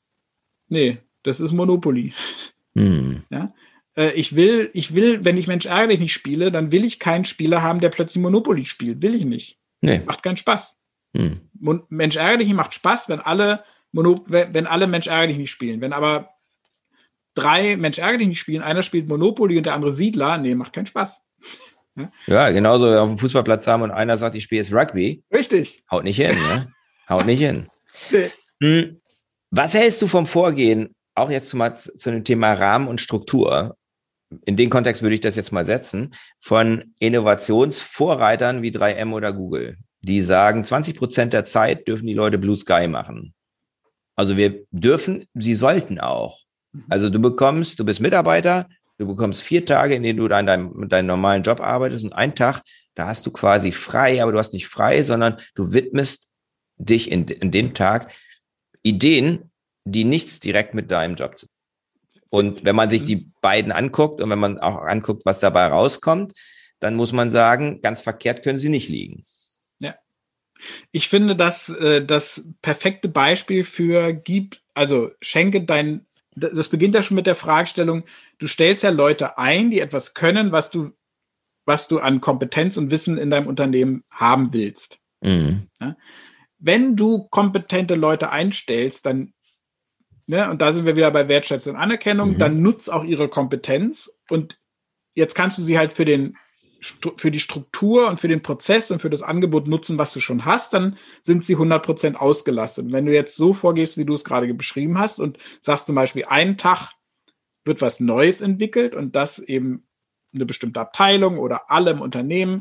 nee, das ist Monopoly. Hm. Ja? Äh, ich will, ich will, wenn ich Mensch ärgere dich nicht spiele, dann will ich keinen Spieler haben, der plötzlich Monopoly spielt. Will ich nicht. Nee. Macht keinen Spaß. Hm. Mensch ärgere dich nicht macht Spaß, wenn alle, Mono, wenn alle Mensch ärgere dich nicht spielen. Wenn aber drei Mensch ärgere dich nicht spielen, einer spielt Monopoly und der andere Siedler, nee, macht keinen Spaß. Ja, ja, genauso auf dem Fußballplatz haben und einer sagt, ich spiele jetzt Rugby. Richtig. Haut nicht hin, ne? Haut nicht hin. Nee. Hm. Was hältst du vom Vorgehen, auch jetzt mal zu, zu dem Thema Rahmen und Struktur? In den Kontext würde ich das jetzt mal setzen, von Innovationsvorreitern wie drei M oder Google, die sagen, zwanzig Prozent der Zeit dürfen die Leute Blue Sky machen. Also wir dürfen, sie sollten auch. Also du bekommst, du bist Mitarbeiter, du bekommst vier Tage, in denen du an deinem, deinem normalen Job arbeitest und einen Tag, da hast du quasi frei, aber du hast nicht frei, sondern du widmest dich in, in dem Tag Ideen, die nichts direkt mit deinem Job zu tun haben. Und wenn man sich die beiden anguckt und wenn man auch anguckt, was dabei rauskommt, dann muss man sagen, ganz verkehrt können sie nicht liegen. Ja. Ich finde, dass äh, das perfekte Beispiel für gib, also schenke dein, das beginnt ja schon mit der Fragestellung, du stellst ja Leute ein, die etwas können, was du, was du an Kompetenz und Wissen in deinem Unternehmen haben willst. Mhm. Ja? Wenn du kompetente Leute einstellst, dann, ne, und da sind wir wieder bei Wertschätzung und Anerkennung, mhm. dann nutzt auch ihre Kompetenz und jetzt kannst du sie halt für den, für die Struktur und für den Prozess und für das Angebot nutzen, was du schon hast, dann sind sie hundert Prozent ausgelastet. Und wenn du jetzt so vorgehst, wie du es gerade beschrieben hast und sagst zum Beispiel, einen Tag wird was Neues entwickelt und das eben eine bestimmte Abteilung oder alle im Unternehmen,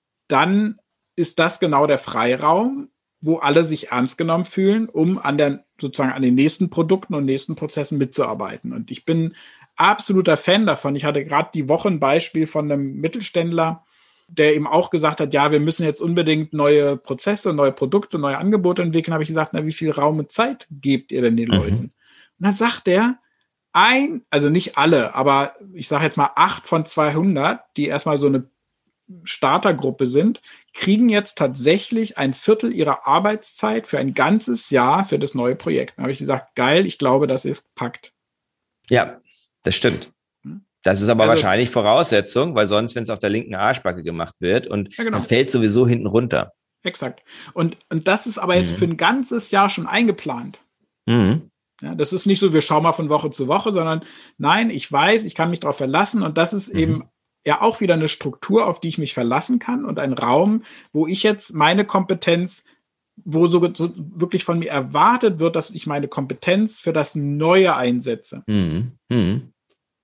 dann ist das genau der Freiraum, wo alle sich ernst genommen fühlen, um an der, sozusagen an den nächsten Produkten und nächsten Prozessen mitzuarbeiten. Und ich bin absoluter Fan davon. Ich hatte gerade die Woche ein Beispiel von einem Mittelständler, der eben auch gesagt hat, ja, wir müssen jetzt unbedingt neue Prozesse, neue Produkte, neue Angebote entwickeln. Habe ich gesagt, na, wie viel Raum und Zeit gebt ihr denn den mhm. Leuten? Und dann sagt er, ein, also nicht alle, aber ich sage jetzt mal acht von zweihundert, die erstmal so eine Startergruppe sind, kriegen jetzt tatsächlich ein Viertel ihrer Arbeitszeit für ein ganzes Jahr für das neue Projekt. Da habe ich gesagt, geil, ich glaube, dass ihr es packt. Ja, das stimmt. Das ist aber also, wahrscheinlich Voraussetzung, weil sonst, wenn es auf der linken Arschbacke gemacht wird und ja, genau. dann fällt sowieso hinten runter. Exakt. Und, und das ist aber jetzt mhm. für ein ganzes Jahr schon eingeplant. Mhm. Ja, das ist nicht so, wir schauen mal von Woche zu Woche, sondern nein, ich weiß, ich kann mich darauf verlassen und das ist mhm. eben ja auch wieder eine Struktur, auf die ich mich verlassen kann und ein Raum, wo ich jetzt meine Kompetenz, wo so, so wirklich von mir erwartet wird, dass ich meine Kompetenz für das Neue einsetze. Mhm. Mhm.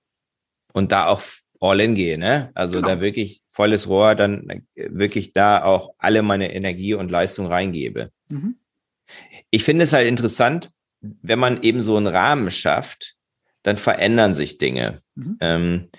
Und da auch all in gehe, ne? Also genau. da wirklich volles Rohr, dann wirklich da auch alle meine Energie und Leistung reingebe. Mhm. Ich finde es halt interessant, wenn man eben so einen Rahmen schafft, dann verändern sich Dinge. Mhm. Ähm,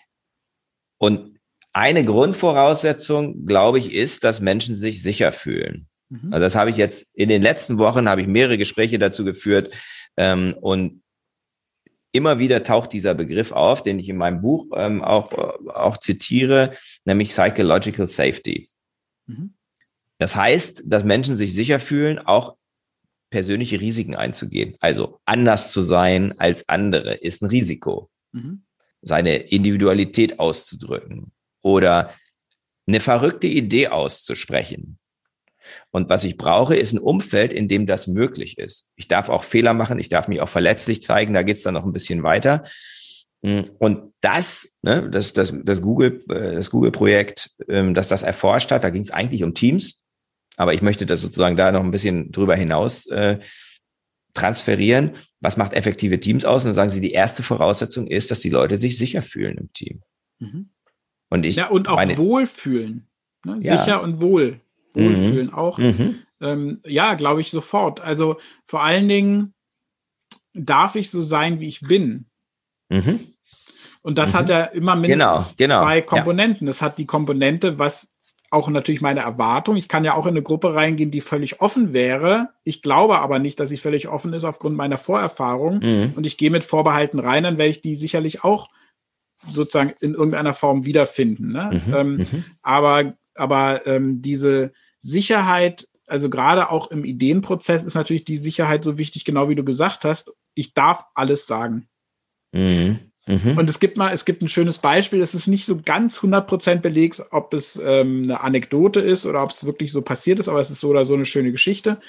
Und eine Grundvoraussetzung, glaube ich, ist, dass Menschen sich sicher fühlen. Mhm. Also das habe ich jetzt in den letzten Wochen, habe ich mehrere Gespräche dazu geführt ähm, und immer wieder taucht dieser Begriff auf, den ich in meinem Buch ähm, auch, auch zitiere, nämlich Psychological Safety. Mhm. Das heißt, dass Menschen sich sicher fühlen, auch persönliche Risiken einzugehen. Also anders zu sein als andere ist ein Risiko. Mhm. Seine Individualität auszudrücken oder eine verrückte Idee auszusprechen. Und was ich brauche, ist ein Umfeld, in dem das möglich ist. Ich darf auch Fehler machen, ich darf mich auch verletzlich zeigen, da geht es dann noch ein bisschen weiter. Und das, ne, das, das, das Google, das Google-Projekt, das das erforscht hat, da ging es eigentlich um Teams, aber ich möchte das sozusagen da noch ein bisschen drüber hinaus äh, transferieren. Was macht effektive Teams aus? Und dann sagen sie, die erste Voraussetzung ist, dass die Leute sich sicher fühlen im Team. Mhm. Und ich ja, und auch meine, wohlfühlen. Ne? Ja. Sicher und wohl. Wohlfühlen mhm. auch. Mhm. Ähm, ja, glaube ich sofort. Also vor allen Dingen darf ich so sein, wie ich bin. Mhm. Und das mhm. hat ja immer mindestens genau, genau. zwei Komponenten. Das ja. hat die Komponente, was auch natürlich meine Erwartung. Ich kann ja auch in eine Gruppe reingehen, die völlig offen wäre. Ich glaube aber nicht, dass sie völlig offen ist aufgrund meiner Vorerfahrung. Mhm. Und ich gehe mit Vorbehalten rein, dann werde ich die sicherlich auch sozusagen in irgendeiner Form wiederfinden. Ne? Mhm. Ähm, mhm. Aber, aber ähm, diese Sicherheit, also gerade auch im Ideenprozess ist natürlich die Sicherheit so wichtig, genau wie du gesagt hast. Ich darf alles sagen. Mhm. Mhm. Und es gibt mal, es gibt ein schönes Beispiel, es ist nicht so ganz hundert Prozent belegt, ob es ähm, eine Anekdote ist oder ob es wirklich so passiert ist, aber es ist so oder so eine schöne Geschichte.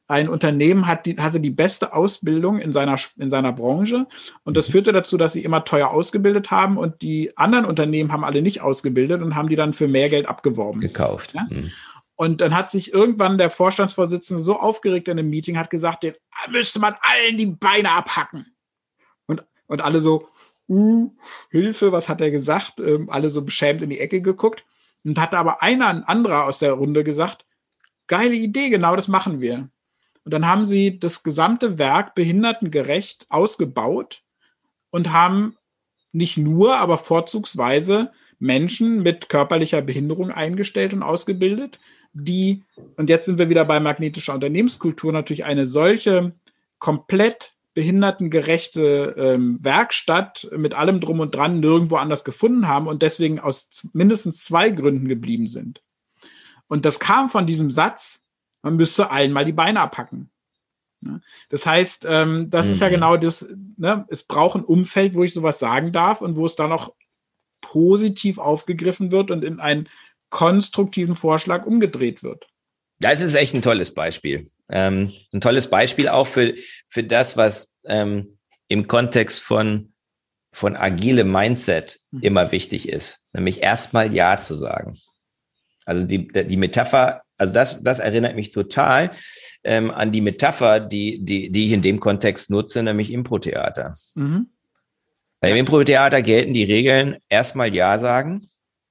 ein Unternehmen hat die, hatte die beste Ausbildung in seiner, in seiner Branche und das führte dazu, dass sie immer teuer ausgebildet haben und die anderen Unternehmen haben alle nicht ausgebildet und haben die dann für mehr Geld abgeworben. Gekauft. Ja? Mhm. Und dann hat sich irgendwann der Vorstandsvorsitzende so aufgeregt in einem Meeting, hat gesagt, den müsste man allen die Beine abhacken. Und, und alle so, uh, Hilfe, was hat er gesagt? Ähm, alle so beschämt in die Ecke geguckt. Und hatte aber einer, ein anderer aus der Runde gesagt, geile Idee, genau das machen wir. Und dann haben sie das gesamte Werk behindertengerecht ausgebaut und haben nicht nur, aber vorzugsweise Menschen mit körperlicher Behinderung eingestellt und ausgebildet, die, und jetzt sind wir wieder bei magnetischer Unternehmenskultur, natürlich eine solche komplett behindertengerechte ähm, Werkstatt mit allem drum und dran nirgendwo anders gefunden haben und deswegen aus z- mindestens zwei Gründen geblieben sind. Und das kam von diesem Satz, man müsste allen mal die Beine abhacken. Ne? Das heißt, ähm, das mhm. ist ja genau das, ne? Es braucht ein Umfeld, wo ich sowas sagen darf und wo es dann auch positiv aufgegriffen wird und in einen konstruktiven Vorschlag umgedreht wird. Das ist echt ein tolles Beispiel. Ähm, ein tolles Beispiel auch für, für das, was ähm, im Kontext von, von agilem Mindset mhm. immer wichtig ist, nämlich erstmal Ja zu sagen. Also die, die Metapher, also das, das erinnert mich total ähm, an die Metapher, die, die, die ich in dem Kontext nutze, nämlich Impro-Theater. Mhm. Bei dem Impro-Theater gelten die Regeln, erstmal Ja sagen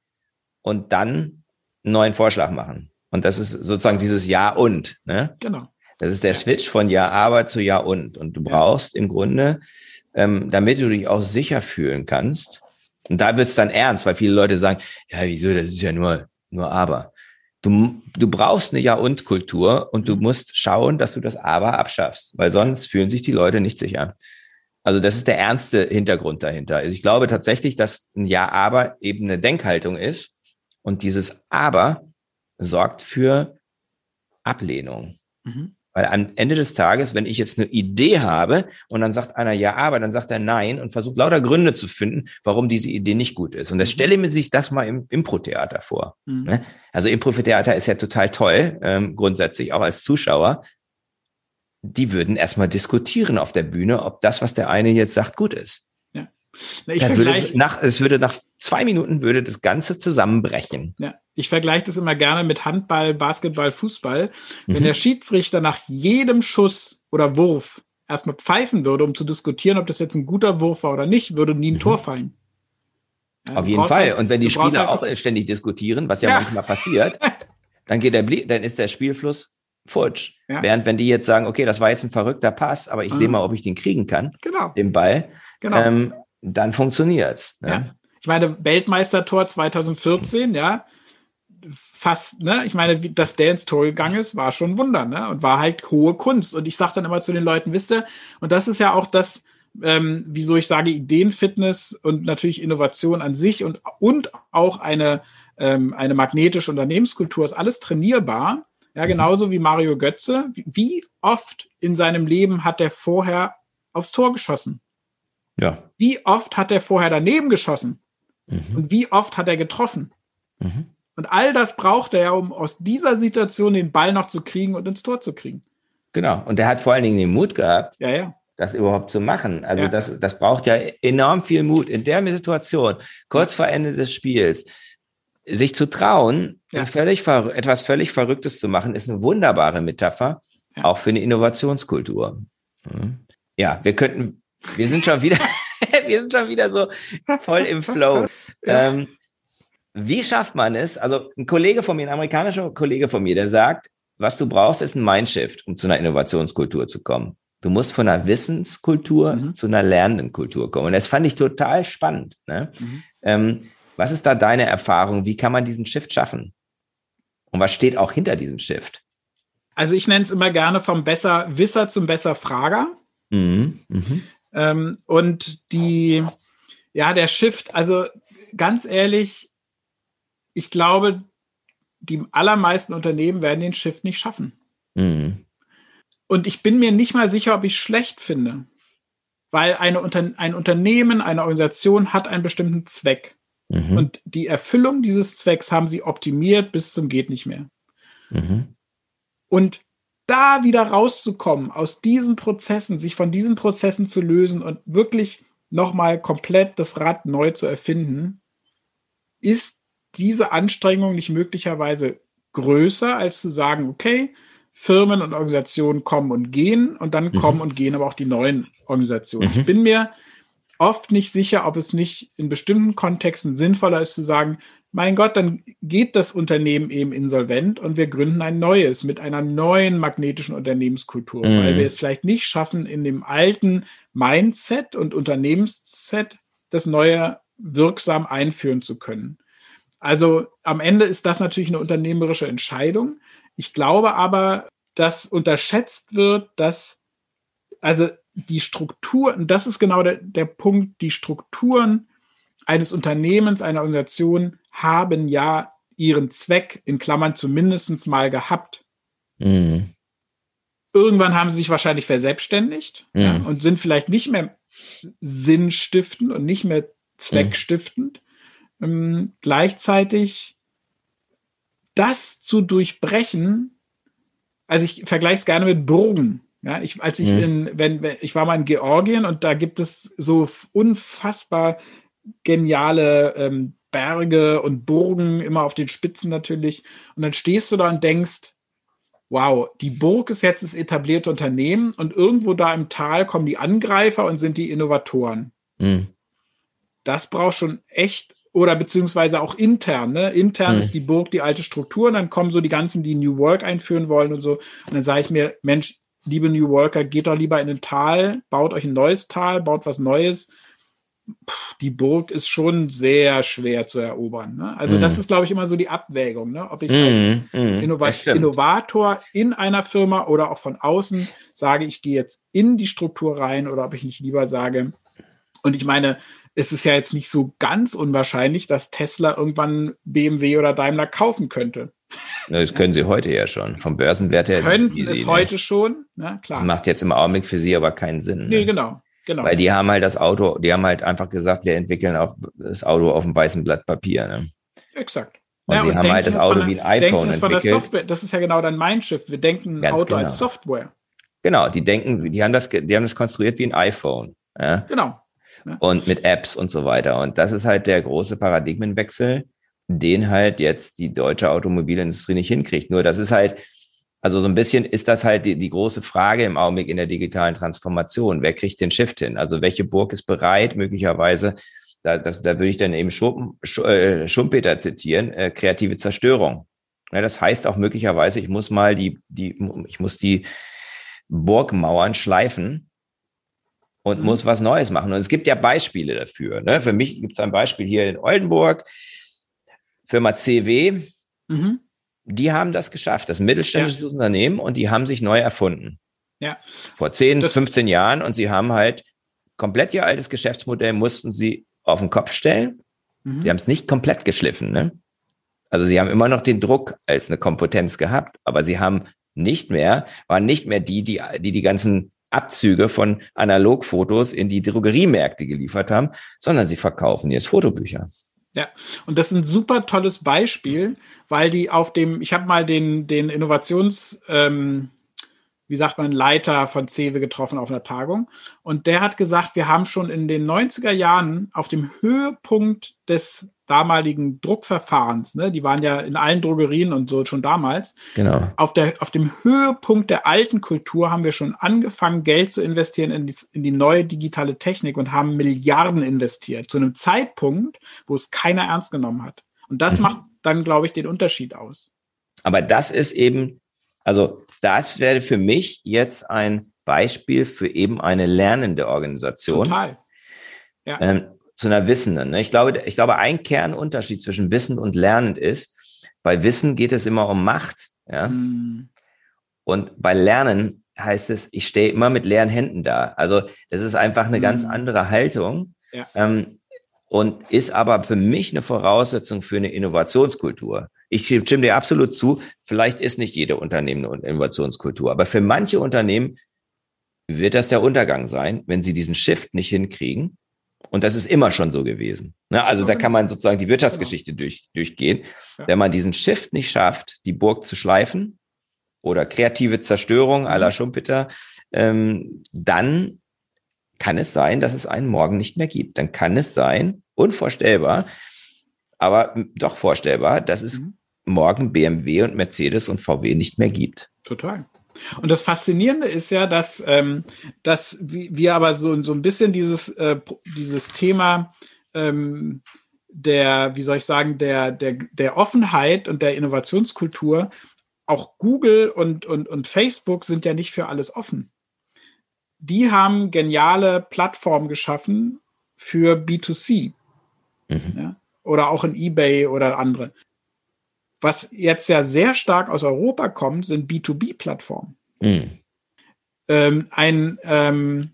und dann einen neuen Vorschlag machen. Und das ist sozusagen dieses Ja und. Ne? Genau. Das ist der Switch von Ja aber zu Ja und. Und du brauchst im Grunde, ähm, damit du dich auch sicher fühlen kannst, und da wird es dann ernst, weil viele Leute sagen, ja, wieso, das ist ja nur Nur aber. Du, du brauchst eine Ja-und-Kultur und du musst schauen, dass du das Aber abschaffst, weil sonst fühlen sich die Leute nicht sicher. Also das ist der ernste Hintergrund dahinter. Also ich glaube tatsächlich, dass ein Ja-Aber eben eine Denkhaltung ist und dieses Aber sorgt für Ablehnung. Mhm. Weil am Ende des Tages, wenn ich jetzt eine Idee habe und dann sagt einer ja, aber, dann sagt er nein und versucht lauter Gründe zu finden, warum diese Idee nicht gut ist. Und das stelle mir sich das mal im Impro-Theater vor. Mhm. Ne? Also Impro-Theater ist ja total toll, ähm, grundsätzlich auch als Zuschauer. Die würden erstmal diskutieren auf der Bühne, ob das, was der eine jetzt sagt, gut ist. Ja. Na, ich das vergleich- würde es, nach, es würde nach zwei Minuten würde das Ganze zusammenbrechen. Ja. Ich vergleiche das immer gerne mit Handball, Basketball, Fußball. Wenn mhm. der Schiedsrichter nach jedem Schuss oder Wurf erstmal pfeifen würde, um zu diskutieren, ob das jetzt ein guter Wurf war oder nicht, würde nie ein mhm. Tor fallen. Ja, Auf jeden Fall. Halt, und wenn die Spieler halt auch ständig diskutieren, was ja, ja. manchmal passiert, dann geht der Blie- dann ist der Spielfluss futsch. Ja. Während wenn die jetzt sagen, okay, das war jetzt ein verrückter Pass, aber ich mhm. sehe mal, ob ich den kriegen kann, genau. den Ball, genau. ähm, dann funktioniert's. Ne? Ja. Ich meine, Weltmeistertor zwanzig vierzehn, mhm. ja, fast, ne, ich meine, dass der ins Tor gegangen ist, war schon ein Wunder, ne, und war halt hohe Kunst. Und ich sage dann immer zu den Leuten, wisst ihr, und das ist ja auch das, ähm, wieso ich sage, Ideenfitness und natürlich Innovation an sich und, und auch eine, ähm, eine magnetische Unternehmenskultur ist alles trainierbar, ja, genauso wie Mario Götze. Wie oft in seinem Leben hat er vorher aufs Tor geschossen? Ja. Wie oft hat er vorher daneben geschossen? Mhm. Und wie oft hat er getroffen? Mhm. Und all das braucht er ja, um aus dieser Situation den Ball noch zu kriegen und ins Tor zu kriegen. Genau. Und der hat vor allen Dingen den Mut gehabt, ja, ja. das überhaupt zu machen. Also ja. das, das braucht ja enorm viel Mut in der Situation, kurz vor Ende des Spiels, sich zu trauen, ja. völlig ver- etwas völlig Verrücktes zu machen, ist eine wunderbare Metapher, ja. auch für eine Innovationskultur. Ja, wir könnten, wir sind schon wieder, wir sind schon wieder so voll im Flow. Ja. Ähm, Wie schafft man es? Also ein Kollege von mir, ein amerikanischer Kollege von mir, der sagt, was du brauchst, ist ein Mindshift, um zu einer Innovationskultur zu kommen. Du musst von einer Wissenskultur mhm. zu einer lernenden Kultur kommen. Und das fand ich total spannend. Ne? Mhm. Ähm, was ist da deine Erfahrung? Wie kann man diesen Shift schaffen? Und was steht auch hinter diesem Shift? Also ich nenne es immer gerne vom Besserwisser zum Besserfrager. Mhm. Mhm. Ähm, und die, ja, der Shift, also ganz ehrlich, ich glaube, die allermeisten Unternehmen werden den Shift nicht schaffen. Mhm. Und ich bin mir nicht mal sicher, ob ich es schlecht finde. Weil eine Unter- ein Unternehmen, eine Organisation hat einen bestimmten Zweck. Mhm. Und die Erfüllung dieses Zwecks haben sie optimiert bis zum geht nicht mehr. Mhm. Und da wieder rauszukommen, aus diesen Prozessen, sich von diesen Prozessen zu lösen und wirklich nochmal komplett das Rad neu zu erfinden, ist diese Anstrengung nicht möglicherweise größer, als zu sagen, okay, Firmen und Organisationen kommen und gehen und dann mhm. kommen und gehen aber auch die neuen Organisationen. Mhm. Ich bin mir oft nicht sicher, ob es nicht in bestimmten Kontexten sinnvoller ist zu sagen, mein Gott, dann geht das Unternehmen eben insolvent und wir gründen ein neues mit einer neuen magnetischen Unternehmenskultur, mhm. weil wir es vielleicht nicht schaffen, in dem alten Mindset und Unternehmensset das Neue wirksam einführen zu können. Also am Ende ist das natürlich eine unternehmerische Entscheidung. Ich glaube aber, dass unterschätzt wird, dass also die Strukturen, das ist genau der, der Punkt, die Strukturen eines Unternehmens, einer Organisation haben ja ihren Zweck, in Klammern zumindest mal gehabt. Mhm. Irgendwann haben sie sich wahrscheinlich verselbstständigt mhm. ja, und sind vielleicht nicht mehr sinnstiftend und nicht mehr zweckstiftend. Mhm. Ähm, gleichzeitig das zu durchbrechen, also ich vergleiche es gerne mit Burgen. Ja, ich, als ich mhm. in, wenn, wenn, ich war mal in Georgien und da gibt es so unfassbar geniale ähm, Berge und Burgen, immer auf den Spitzen natürlich. Und dann stehst du da und denkst, wow, die Burg ist jetzt das etablierte Unternehmen und irgendwo da im Tal kommen die Angreifer und sind die Innovatoren. Mhm. Das braucht schon echt, oder beziehungsweise auch intern. Ne? Intern mhm. ist die Burg die alte Struktur und dann kommen so die ganzen, die New Work einführen wollen und so. Und dann sage ich mir, Mensch, liebe New Worker, geht doch lieber in ein Tal, baut euch ein neues Tal, baut was Neues. Puh, die Burg ist schon sehr schwer zu erobern. Ne? Also mm. das ist, glaube ich, immer so die Abwägung, ne? Ob ich mm, als mm, Innovat- Innovator in einer Firma oder auch von außen sage, ich gehe jetzt in die Struktur rein oder ob ich nicht lieber sage, und ich meine, es ist ja jetzt nicht so ganz unwahrscheinlich, dass Tesla irgendwann B M W oder Daimler kaufen könnte. Das können sie heute ja schon. Vom Börsenwert her könnten ist es, easy, es heute ne? schon, na klar. Das macht jetzt im Augenblick für sie aber keinen Sinn. Nee, ne? genau, genau. Weil die haben halt das Auto, die haben halt einfach gesagt, wir entwickeln auf das Auto auf einem weißen Blatt Papier. Ne? Exakt. Und ja, sie und haben halt das Auto der, wie ein iPhone von entwickelt. Der Software. Das ist ja genau dann mein Schiff. Wir denken ein Auto genau. als Software. Genau, die denken, die haben das, die haben das konstruiert wie ein iPhone. Ja? Genau. Ja. Und mit Apps und so weiter. Und das ist halt der große Paradigmenwechsel, den halt jetzt die deutsche Automobilindustrie nicht hinkriegt. Nur das ist halt, also so ein bisschen ist das halt die, die große Frage im Augenblick in der digitalen Transformation. Wer kriegt den Shift hin? Also welche Burg ist bereit, möglicherweise, da, das, da würde ich dann eben Schum, Schumpeter zitieren, äh, kreative Zerstörung. Ja, das heißt auch möglicherweise, ich muss mal die, die, ich muss die Burgmauern schleifen und mhm. muss was Neues machen. Und es gibt ja Beispiele dafür. Ne? Für mich gibt es ein Beispiel hier in Oldenburg, Firma C W, mhm. die haben das geschafft. Das ist ein mittelständisches ja. Unternehmen und die haben sich neu erfunden. Ja. Vor zehn, das fünfzehn Jahren und sie haben halt komplett ihr altes Geschäftsmodell mussten sie auf den Kopf stellen. Mhm. Sie haben es nicht komplett geschliffen. Ne? Also sie haben immer noch den Druck als eine Kompetenz gehabt, aber sie haben nicht mehr, waren nicht mehr die, die die, die ganzen Abzüge von Analogfotos in die Drogeriemärkte geliefert haben, sondern sie verkaufen jetzt Fotobücher. Ja, und das ist ein super tolles Beispiel, weil die auf dem, ich habe mal den, den Innovations, ähm, wie sagt man, Leiter von C W getroffen auf einer Tagung und der hat gesagt, wir haben schon in den neunziger Jahren auf dem Höhepunkt des damaligen Druckverfahrens, ne, die waren ja in allen Drogerien und so schon damals, genau. auf, der, auf dem Höhepunkt der alten Kultur haben wir schon angefangen, Geld zu investieren in die, in die neue digitale Technik und haben Milliarden investiert, zu einem Zeitpunkt, wo es keiner ernst genommen hat. Und das mhm. macht dann, glaube ich, den Unterschied aus. Aber das ist eben, also das wäre für mich jetzt ein Beispiel für eben eine lernende Organisation. Total. Ja. Ähm, zu einer Wissenden. Ne? Ich glaube, ich glaube, ein Kernunterschied zwischen Wissen und Lernend ist, bei Wissen geht es immer um Macht. Ja? Mm. Und bei Lernen heißt es, ich stehe immer mit leeren Händen da. Also das ist einfach eine mm. ganz andere Haltung. Ja. Ähm, und ist aber für mich eine Voraussetzung für eine Innovationskultur. Ich stimme dir absolut zu, vielleicht ist nicht jede Unternehmen eine Innovationskultur, aber für manche Unternehmen wird das der Untergang sein, wenn sie diesen Shift nicht hinkriegen. Und das ist immer schon so gewesen. Ne? Also da kann man sozusagen die Wirtschaftsgeschichte durch, durchgehen. Ja. Wenn man diesen Shift nicht schafft, die Burg zu schleifen, oder kreative Zerstörung à la Schumpeter, ähm, dann kann es sein, dass es einen morgen nicht mehr gibt. Dann kann es sein, unvorstellbar, aber doch vorstellbar, dass es mhm. morgen B M W und Mercedes und V W nicht mehr gibt. Total. Und das Faszinierende ist ja, dass, ähm, dass wir aber so, so ein bisschen dieses, äh, dieses Thema ähm, der, wie soll ich sagen, der, der, der Offenheit und der Innovationskultur, auch Google und, und, und Facebook sind ja nicht für alles offen. Die haben geniale Plattformen geschaffen für B zwei C. Mhm. Ja? Oder auch in eBay oder andere. Was jetzt ja sehr stark aus Europa kommt, sind B zwei B-Plattformen. Mhm. Ähm, ein ähm,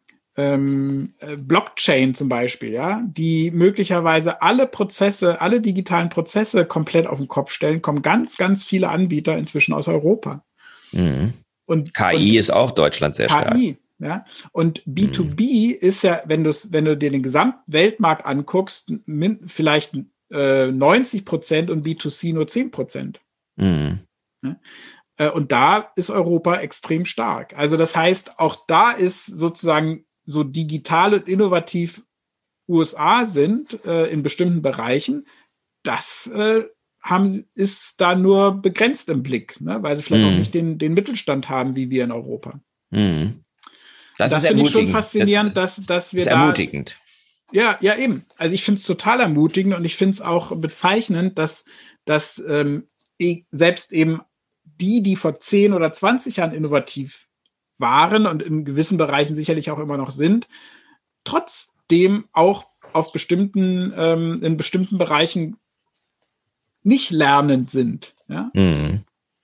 ähm, Blockchain zum Beispiel, ja, die möglicherweise alle Prozesse, alle digitalen Prozesse komplett auf den Kopf stellen, kommen ganz, ganz viele Anbieter inzwischen aus Europa. Mhm. Und K I und ist auch Deutschland sehr K I, stark. K I, ja. Und B zwei B mhm. ist ja, wenn du wenn du dir den Gesamtweltmarkt anguckst, min, vielleicht äh, neunzig Prozent und B zwei C nur zehn Prozent. Mhm. Ja? Äh, und da ist Europa extrem stark. Also das heißt, auch da ist sozusagen so digital und innovativ U S A sind äh, in bestimmten Bereichen, das äh, haben, ist da nur begrenzt im Blick, ne? Weil sie vielleicht mm. auch nicht den, den Mittelstand haben, wie wir in Europa. Mm. Das, das finde ich schon faszinierend, das, dass, dass wir ist da... ermutigend. Ja, ja, eben. Also ich finde es total ermutigend und ich finde es auch bezeichnend, dass, dass ähm, selbst eben die, die vor zehn oder zwanzig Jahren innovativ waren und in gewissen Bereichen sicherlich auch immer noch sind, trotzdem auch auf bestimmten, ähm, in bestimmten Bereichen nicht lernend sind. Ja? Mhm.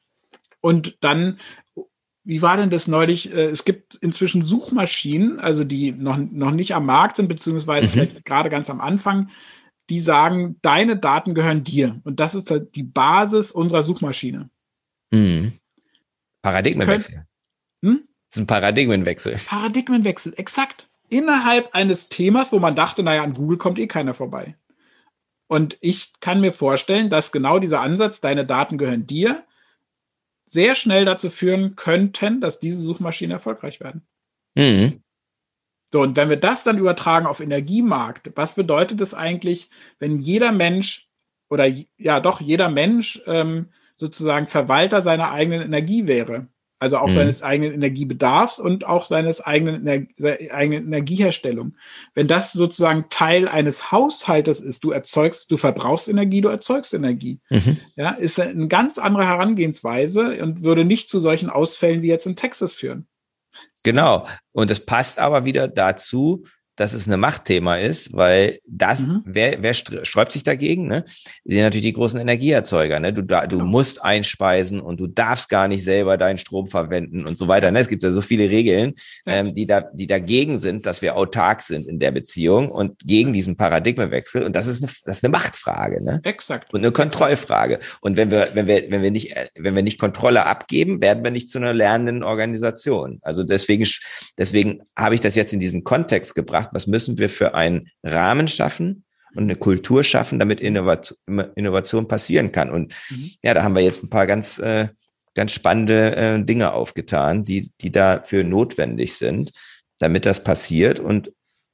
Und dann, wie war denn das neulich? Äh, es gibt inzwischen Suchmaschinen, also die noch, noch nicht am Markt sind, beziehungsweise mhm. vielleicht gerade ganz am Anfang, die sagen, deine Daten gehören dir. Und das ist halt die Basis unserer Suchmaschine. Mhm. Paradigmenwechsel. Können, hm? Das ist ein Paradigmenwechsel. Paradigmenwechsel, exakt. Innerhalb eines Themas, wo man dachte, naja, an Google kommt eh keiner vorbei. Und ich kann mir vorstellen, dass genau dieser Ansatz, deine Daten gehören dir, sehr schnell dazu führen könnten, dass diese Suchmaschinen erfolgreich werden. Mhm. So, und wenn wir das dann übertragen auf Energiemarkt, was bedeutet es eigentlich, wenn jeder Mensch oder ja doch jeder Mensch ähm, sozusagen Verwalter seiner eigenen Energie wäre? Also auch mhm. seines eigenen Energiebedarfs und auch seines eigenen, Ener- seiner eigenen Energieherstellung. Wenn das sozusagen Teil eines Haushaltes ist, du erzeugst, du verbrauchst Energie, du erzeugst Energie. Mhm. Ja, ist eine ganz andere Herangehensweise und würde nicht zu solchen Ausfällen wie jetzt in Texas führen. Genau. Und es passt aber wieder dazu, dass es ein Machtthema ist, weil das, mhm. wer, wer sträubt sich dagegen? Ne? Die sind natürlich die großen Energieerzeuger. Ne? Du, da, genau. du musst einspeisen und du darfst gar nicht selber deinen Strom verwenden und so weiter. Ne? Es gibt ja so viele Regeln, ja. ähm, die da, die dagegen sind, dass wir autark sind in der Beziehung und gegen diesen Paradigmenwechsel. Und das ist eine, das ist eine Machtfrage, ne? Exakt. Und eine Kontrollfrage. Und wenn wir, wenn wir, wenn wir nicht, wenn wir nicht Kontrolle abgeben, werden wir nicht zu einer lernenden Organisation. Also deswegen, deswegen habe ich das jetzt in diesen Kontext gebracht. Was müssen wir für einen Rahmen schaffen und eine Kultur schaffen, damit Innovation, Innovation passieren kann? Und mhm. ja, da haben wir jetzt ein paar ganz, äh, ganz spannende äh, Dinge aufgetan, die, die dafür notwendig sind, damit das passiert. Und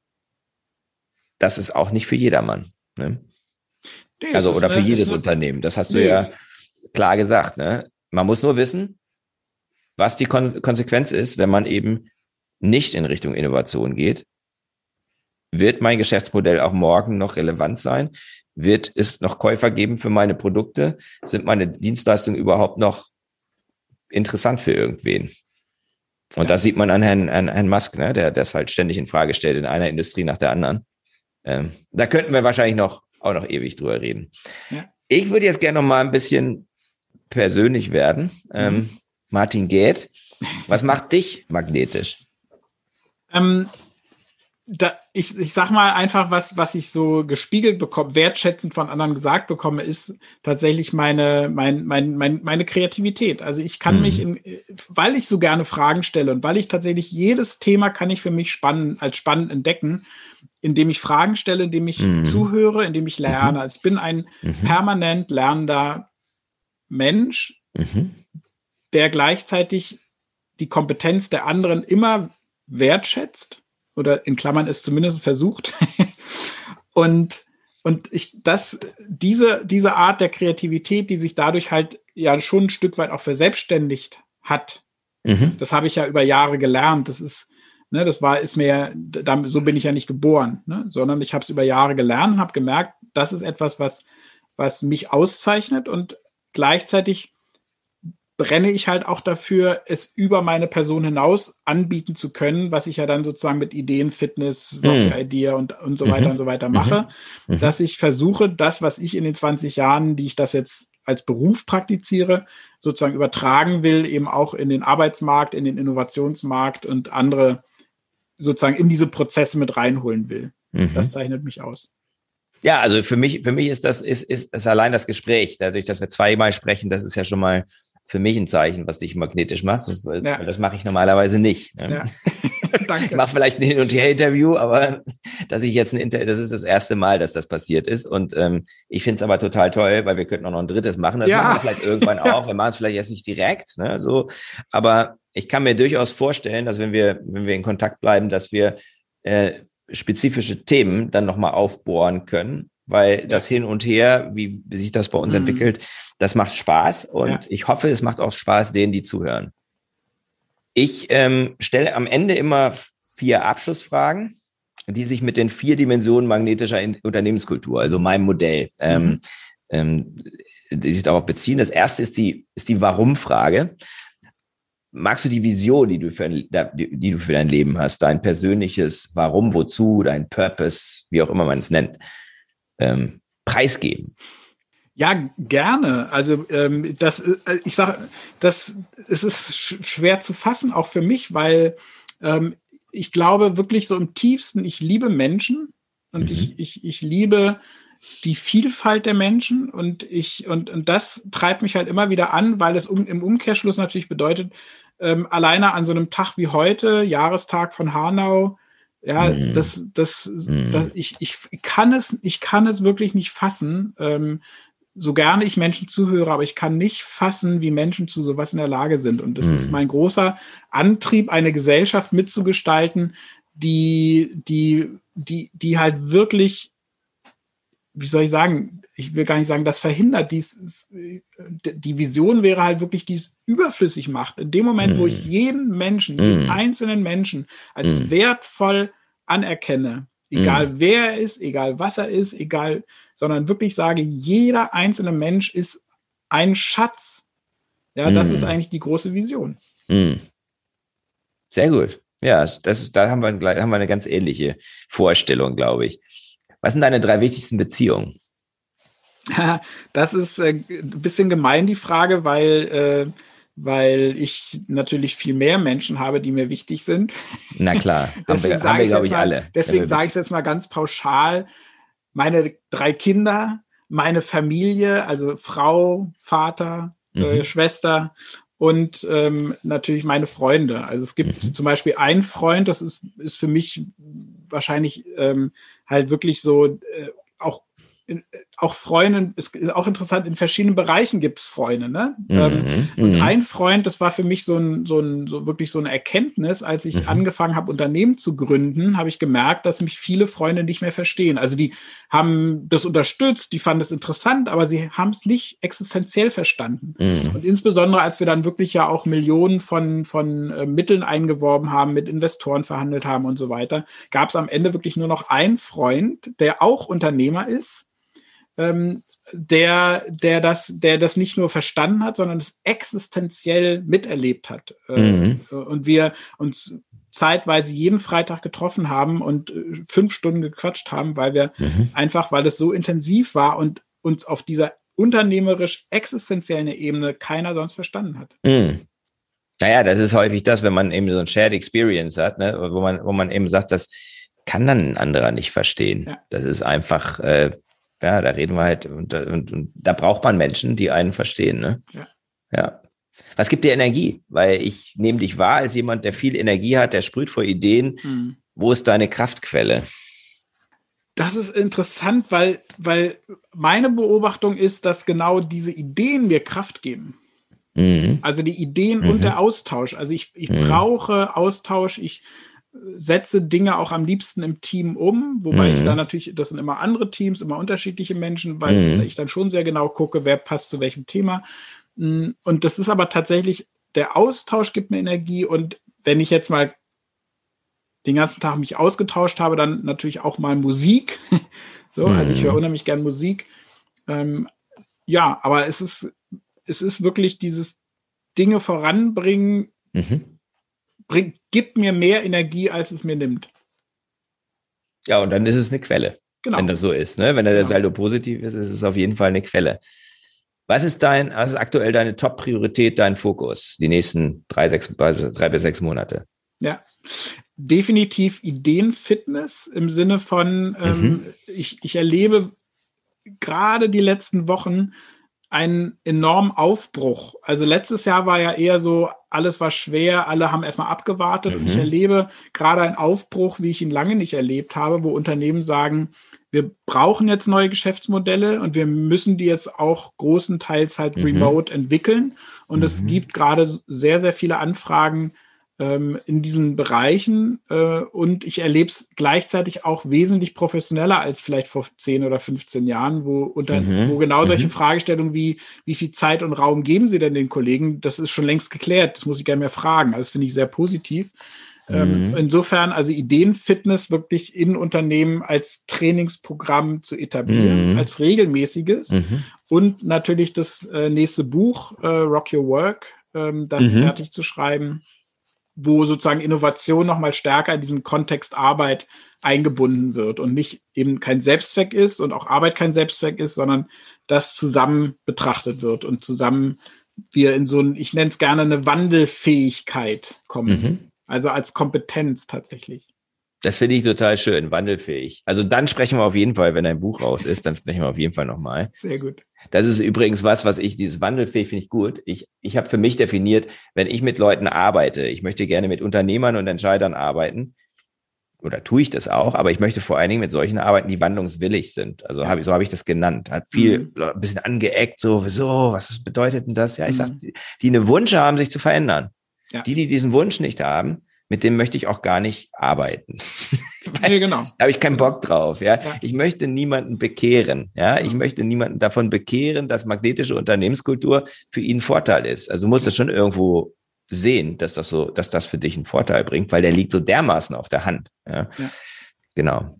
das ist auch nicht für jedermann. Ne? Nee, also oder für eine, jedes Unternehmen. Das hast nee. du ja klar gesagt. Ne? Man muss nur wissen, was die Kon- Konsequenz ist, wenn man eben nicht in Richtung Innovation geht. Wird mein Geschäftsmodell auch morgen noch relevant sein? Wird es noch Käufer geben für meine Produkte? Sind meine Dienstleistungen überhaupt noch interessant für irgendwen? Und ja. das sieht man an Herrn, an Herrn Musk, ne? der das halt ständig in Frage stellt, in einer Industrie nach der anderen. Ähm, da könnten wir wahrscheinlich noch auch noch ewig drüber reden. Ja. Ich würde jetzt gerne noch mal ein bisschen persönlich werden. Mhm. Ähm, Martin Gaeth, was macht dich magnetisch? Ähm, Da, ich, ich sag mal einfach, was, was ich so gespiegelt bekomme, wertschätzend von anderen gesagt bekomme, ist tatsächlich meine, mein, mein, mein, meine Kreativität. Also ich kann mhm. mich, in, weil ich so gerne Fragen stelle und weil ich tatsächlich jedes Thema kann ich für mich spannend, als spannend entdecken, indem ich Fragen stelle, indem ich mhm. zuhöre, indem ich lerne. Also ich bin ein mhm. permanent lernender Mensch, mhm. der gleichzeitig die Kompetenz der anderen immer wertschätzt oder in Klammern es zumindest versucht. und und ich das diese diese Art der Kreativität, die sich dadurch halt ja schon ein Stück weit auch verselbstständigt hat. Mhm. Das habe ich ja über Jahre gelernt. Das ist ne, das war ist mir da, so bin ich ja nicht geboren, ne, sondern ich habe es über Jahre gelernt und habe gemerkt, das ist etwas, was was mich auszeichnet und gleichzeitig brenne ich halt auch dafür, es über meine Person hinaus anbieten zu können, was ich ja dann sozusagen mit Ideen, Fitness, Rocky mm. Idea und, und so weiter mm-hmm. und so weiter mache, mm-hmm. dass ich versuche, das, was ich in den zwanzig Jahren, die ich das jetzt als Beruf praktiziere, sozusagen übertragen will, eben auch in den Arbeitsmarkt, in den Innovationsmarkt und andere sozusagen in diese Prozesse mit reinholen will. Mm-hmm. Das zeichnet mich aus. Ja, also für mich, für mich ist das, ist, ist, ist allein das Gespräch, dadurch, dass wir zweimal sprechen, das ist ja schon mal für mich ein Zeichen, was dich magnetisch macht. Das, ja. das mache ich normalerweise nicht. Ne? Ja. Danke. Ich mache vielleicht ein Hin- und Her-Interview, aber dass ich jetzt ein Inter- das ist das erste Mal, dass das passiert ist. Und ähm, ich finde es aber total toll, weil wir könnten auch noch ein drittes machen. Das ja. machen wir vielleicht irgendwann auch. Wir machen es vielleicht jetzt nicht direkt, ne? So. Aber ich kann mir durchaus vorstellen, dass wenn wir, wenn wir in Kontakt bleiben, dass wir äh, spezifische Themen dann nochmal aufbohren können. Weil das Hin und Her, wie, wie sich das bei uns mhm. entwickelt, das macht Spaß und ja. ich hoffe, es macht auch Spaß denen, die zuhören. Ich ähm, stelle am Ende immer vier Abschlussfragen, die sich mit den vier Dimensionen magnetischer In- Unternehmenskultur, also meinem Modell, mhm. ähm, ähm, die sich darauf beziehen. Das erste ist die, ist die Warum-Frage. Magst du die Vision, die du für ein, die, die du für dein Leben hast, dein persönliches Warum, wozu, dein Purpose, wie auch immer man es nennt, Ähm, preisgeben? Ja, gerne. Also ähm, das, ich sage, das es ist sch- schwer zu fassen, auch für mich, weil ähm, ich glaube wirklich so im tiefsten, ich liebe Menschen und mhm. ich, ich, ich liebe die Vielfalt der Menschen und ich und, und das treibt mich halt immer wieder an, weil es um, im Umkehrschluss natürlich bedeutet, ähm, alleine an so einem Tag wie heute, Jahrestag von Hanau, ja, mm. das, das, mm. das, ich, ich kann es, ich kann es wirklich nicht fassen, ähm, so gerne ich Menschen zuhöre, aber ich kann nicht fassen, wie Menschen zu sowas in der Lage sind. Und das mm. ist mein großer Antrieb, eine Gesellschaft mitzugestalten, die, die, die, die halt wirklich, wie soll ich sagen, ich will gar nicht sagen, das verhindert, dies, die Vision wäre halt wirklich, die es überflüssig macht. In dem Moment, mm. wo ich jeden Menschen, jeden mm. einzelnen Menschen als mm. wertvoll anerkenne, egal mm. wer er ist, egal was er ist, egal, sondern wirklich sage, jeder einzelne Mensch ist ein Schatz. Ja, das mm. ist eigentlich die große Vision. Mm. Sehr gut. Ja, das, da haben wir, haben wir eine ganz ähnliche Vorstellung, glaube ich. Was sind deine drei wichtigsten Beziehungen? Das ist äh, ein bisschen gemein, die Frage, weil, äh, weil ich natürlich viel mehr Menschen habe, die mir wichtig sind. Na klar, haben wir, haben wir glaube ich, mal, alle. Deswegen sage ich es jetzt mal ganz pauschal. Meine drei Kinder, meine Familie, also Frau, Vater, mhm. äh, Schwester und ähm, natürlich meine Freunde. Also es gibt mhm. zum Beispiel einen Freund, das ist, ist für mich wahrscheinlich ähm, halt wirklich so äh, auch In, auch Freunde, es ist auch interessant, in verschiedenen Bereichen gibt es Freunde, ne? Mhm, ähm, und mhm. ein Freund, das war für mich so ein, so ein, so wirklich so eine Erkenntnis, als ich mhm. angefangen habe, Unternehmen zu gründen, habe ich gemerkt, dass mich viele Freunde nicht mehr verstehen. Also die haben das unterstützt, die fanden es interessant, aber sie haben es nicht existenziell verstanden. Mhm. Und insbesondere, als wir dann wirklich ja auch Millionen von, von äh, Mitteln eingeworben haben, mit Investoren verhandelt haben und so weiter, gab es am Ende wirklich nur noch einen Freund, der auch Unternehmer ist, Ähm, der, der, das, der das nicht nur verstanden hat, sondern es existenziell miterlebt hat. Mhm. Äh, und wir uns zeitweise jeden Freitag getroffen haben und äh, fünf Stunden gequatscht haben, weil wir mhm. einfach, weil es so intensiv war und uns auf dieser unternehmerisch existenziellen Ebene keiner sonst verstanden hat. Mhm. Naja, das ist häufig das, wenn man eben so ein Shared Experience hat, ne, wo man, wo man eben sagt, das kann dann ein anderer nicht verstehen. Ja. Das ist einfach, äh, ja, da reden wir halt und, und, und da braucht man Menschen, die einen verstehen, ne? Ja. Ja. Was gibt dir Energie? Weil ich nehme dich wahr als jemand, der viel Energie hat, der sprüht vor Ideen. Mhm. Wo ist deine Kraftquelle? Das ist interessant, weil, weil meine Beobachtung ist, dass genau diese Ideen mir Kraft geben. Mhm. Also die Ideen mhm. und der Austausch. Also ich, ich mhm. brauche Austausch. Ich setze Dinge auch am liebsten im Team um, wobei mhm. ich dann natürlich, das sind immer andere Teams, immer unterschiedliche Menschen, weil mhm. ich dann schon sehr genau gucke, wer passt zu welchem Thema. Und das ist aber tatsächlich, der Austausch gibt mir Energie, und wenn ich jetzt mal den ganzen Tag mich ausgetauscht habe, dann natürlich auch mal Musik. So, mhm. also ich höre unheimlich gern Musik. Ähm, ja, aber es ist, es ist wirklich dieses Dinge voranbringen, mhm. bringt, gibt mir mehr Energie, als es mir nimmt. Ja, und dann ist es eine Quelle, genau. wenn das so ist. Ne? Wenn da der genau. Saldo positiv ist, ist es auf jeden Fall eine Quelle. Was ist dein, was ist aktuell deine Top-Priorität, dein Fokus, die nächsten drei, sechs, drei bis sechs Monate? Ja, definitiv Ideenfitness im Sinne von, ähm, mhm. ich, ich erlebe gerade die letzten Wochen einen enormen Aufbruch. Also letztes Jahr war ja eher so, alles war schwer, alle haben erstmal abgewartet. Mhm. Und ich erlebe gerade einen Aufbruch, wie ich ihn lange nicht erlebt habe, wo Unternehmen sagen, wir brauchen jetzt neue Geschäftsmodelle und wir müssen die jetzt auch großenteils halt mhm. remote entwickeln. Und mhm. es gibt gerade sehr, sehr viele Anfragen ähm, in diesen Bereichen. Äh, und ich erlebe es gleichzeitig auch wesentlich professioneller als vielleicht vor zehn oder fünfzehn Jahren, wo, unter, mhm. wo genau solche mhm. Fragestellungen wie, wie viel Zeit und Raum geben Sie denn den Kollegen, das ist schon längst geklärt. Das muss ich gerne mehr fragen. Also das finde ich sehr positiv. Ähm, mhm. Insofern, also Ideenfitness wirklich in Unternehmen als Trainingsprogramm zu etablieren, mhm. als regelmäßiges mhm. und natürlich das äh, nächste Buch, äh, Rock Your Work, ähm, das mhm. fertig zu schreiben, wo sozusagen Innovation nochmal stärker in diesen Kontext Arbeit eingebunden wird und nicht eben kein Selbstzweck ist und auch Arbeit kein Selbstzweck ist, sondern das zusammen betrachtet wird und zusammen wir in so ein, ich nenne es gerne eine Wandelfähigkeit kommen. Mhm. Also als Kompetenz tatsächlich. Das finde ich total schön, wandelfähig. Also dann sprechen wir auf jeden Fall, wenn dein Buch raus ist, dann sprechen wir auf jeden Fall nochmal. Sehr gut. Das ist übrigens was, was ich, dieses wandelfähig finde ich gut. Ich, ich habe für mich definiert, wenn ich mit Leuten arbeite, ich möchte gerne mit Unternehmern und Entscheidern arbeiten, oder tue ich das auch, aber ich möchte vor allen Dingen mit solchen arbeiten, die wandlungswillig sind. Also ja. hab, so habe ich das genannt. Hat viel, mhm. ein bisschen angeeckt, so, wieso, was bedeutet denn das? Ja, ich mhm. sag, die, die eine Wunsch haben, sich zu verändern. Ja. Die, die diesen Wunsch nicht haben, mit dem möchte ich auch gar nicht arbeiten. Nee, genau. Da habe ich keinen Bock drauf. Ja? ja, ich möchte niemanden bekehren. Ja, ich möchte niemanden davon bekehren, dass magnetische Unternehmenskultur für ihn ein Vorteil ist. Also du musst es schon irgendwo sehen, dass das so, dass das für dich einen Vorteil bringt, weil der liegt so dermaßen auf der Hand. Ja, ja. Genau.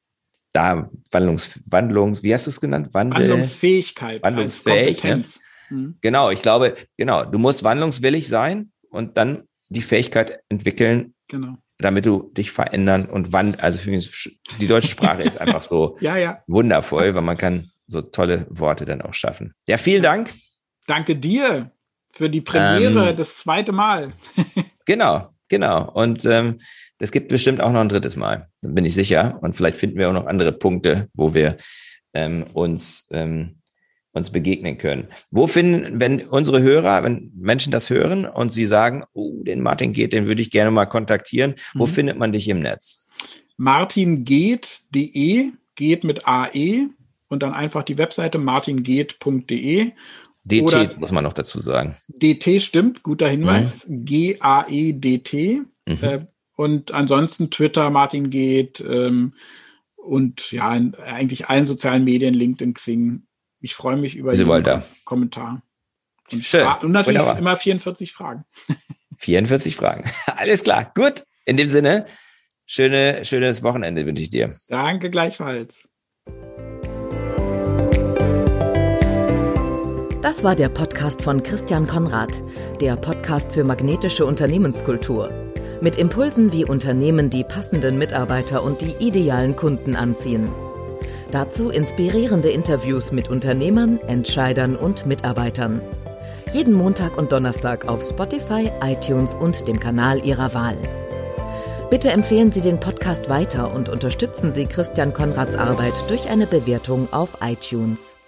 Da Wandlungs, Wandlungs, wie hast du es genannt? Wandel, Wandlungsfähigkeit. Wandlungsfähig. Ne? Mhm. Genau. Ich glaube, genau. Du musst wandlungswillig sein und dann die Fähigkeit entwickeln, genau. damit du dich verändern und wann, also für mich, die deutsche Sprache ist einfach so ja, ja. wundervoll, weil man kann so tolle Worte dann auch schaffen. Ja, vielen Dank. Danke dir für die Premiere, ähm, das zweite Mal. Genau, genau. Und ähm, das gibt bestimmt auch noch ein drittes Mal, da bin ich sicher. Und vielleicht finden wir auch noch andere Punkte, wo wir ähm, uns ähm, uns begegnen können. Wo finden, wenn unsere Hörer, wenn Menschen das hören und sie sagen, oh, den Martin Geeth, den würde ich gerne mal kontaktieren, mhm. wo findet man dich im Netz? martin geeth punkt de, Geeth mit A E und dann einfach die Webseite martin geeth punkt de. D T oder muss man noch dazu sagen. D T stimmt, guter Hinweis. Mhm. G A E D T. Mhm. Äh, und ansonsten Twitter, Martin Geeth ähm, und ja, in eigentlich allen sozialen Medien, LinkedIn, Xing. Ich freue mich über jeden Kom- Kommentar. Und, Schön. und natürlich Wunderbar. Immer vierundvierzig Fragen. vierundvierzig Fragen. Alles klar. Gut. In dem Sinne, schöne, schönes Wochenende wünsche ich dir. Danke gleichfalls. Das war der Podcast von Christian Konrad, der Podcast für magnetische Unternehmenskultur. Mit Impulsen, wie Unternehmen die passenden Mitarbeiter und die idealen Kunden anziehen. Dazu inspirierende Interviews mit Unternehmern, Entscheidern und Mitarbeitern. Jeden Montag und Donnerstag auf Spotify, iTunes und dem Kanal Ihrer Wahl. Bitte empfehlen Sie den Podcast weiter und unterstützen Sie Christian Konrads Arbeit durch eine Bewertung auf iTunes.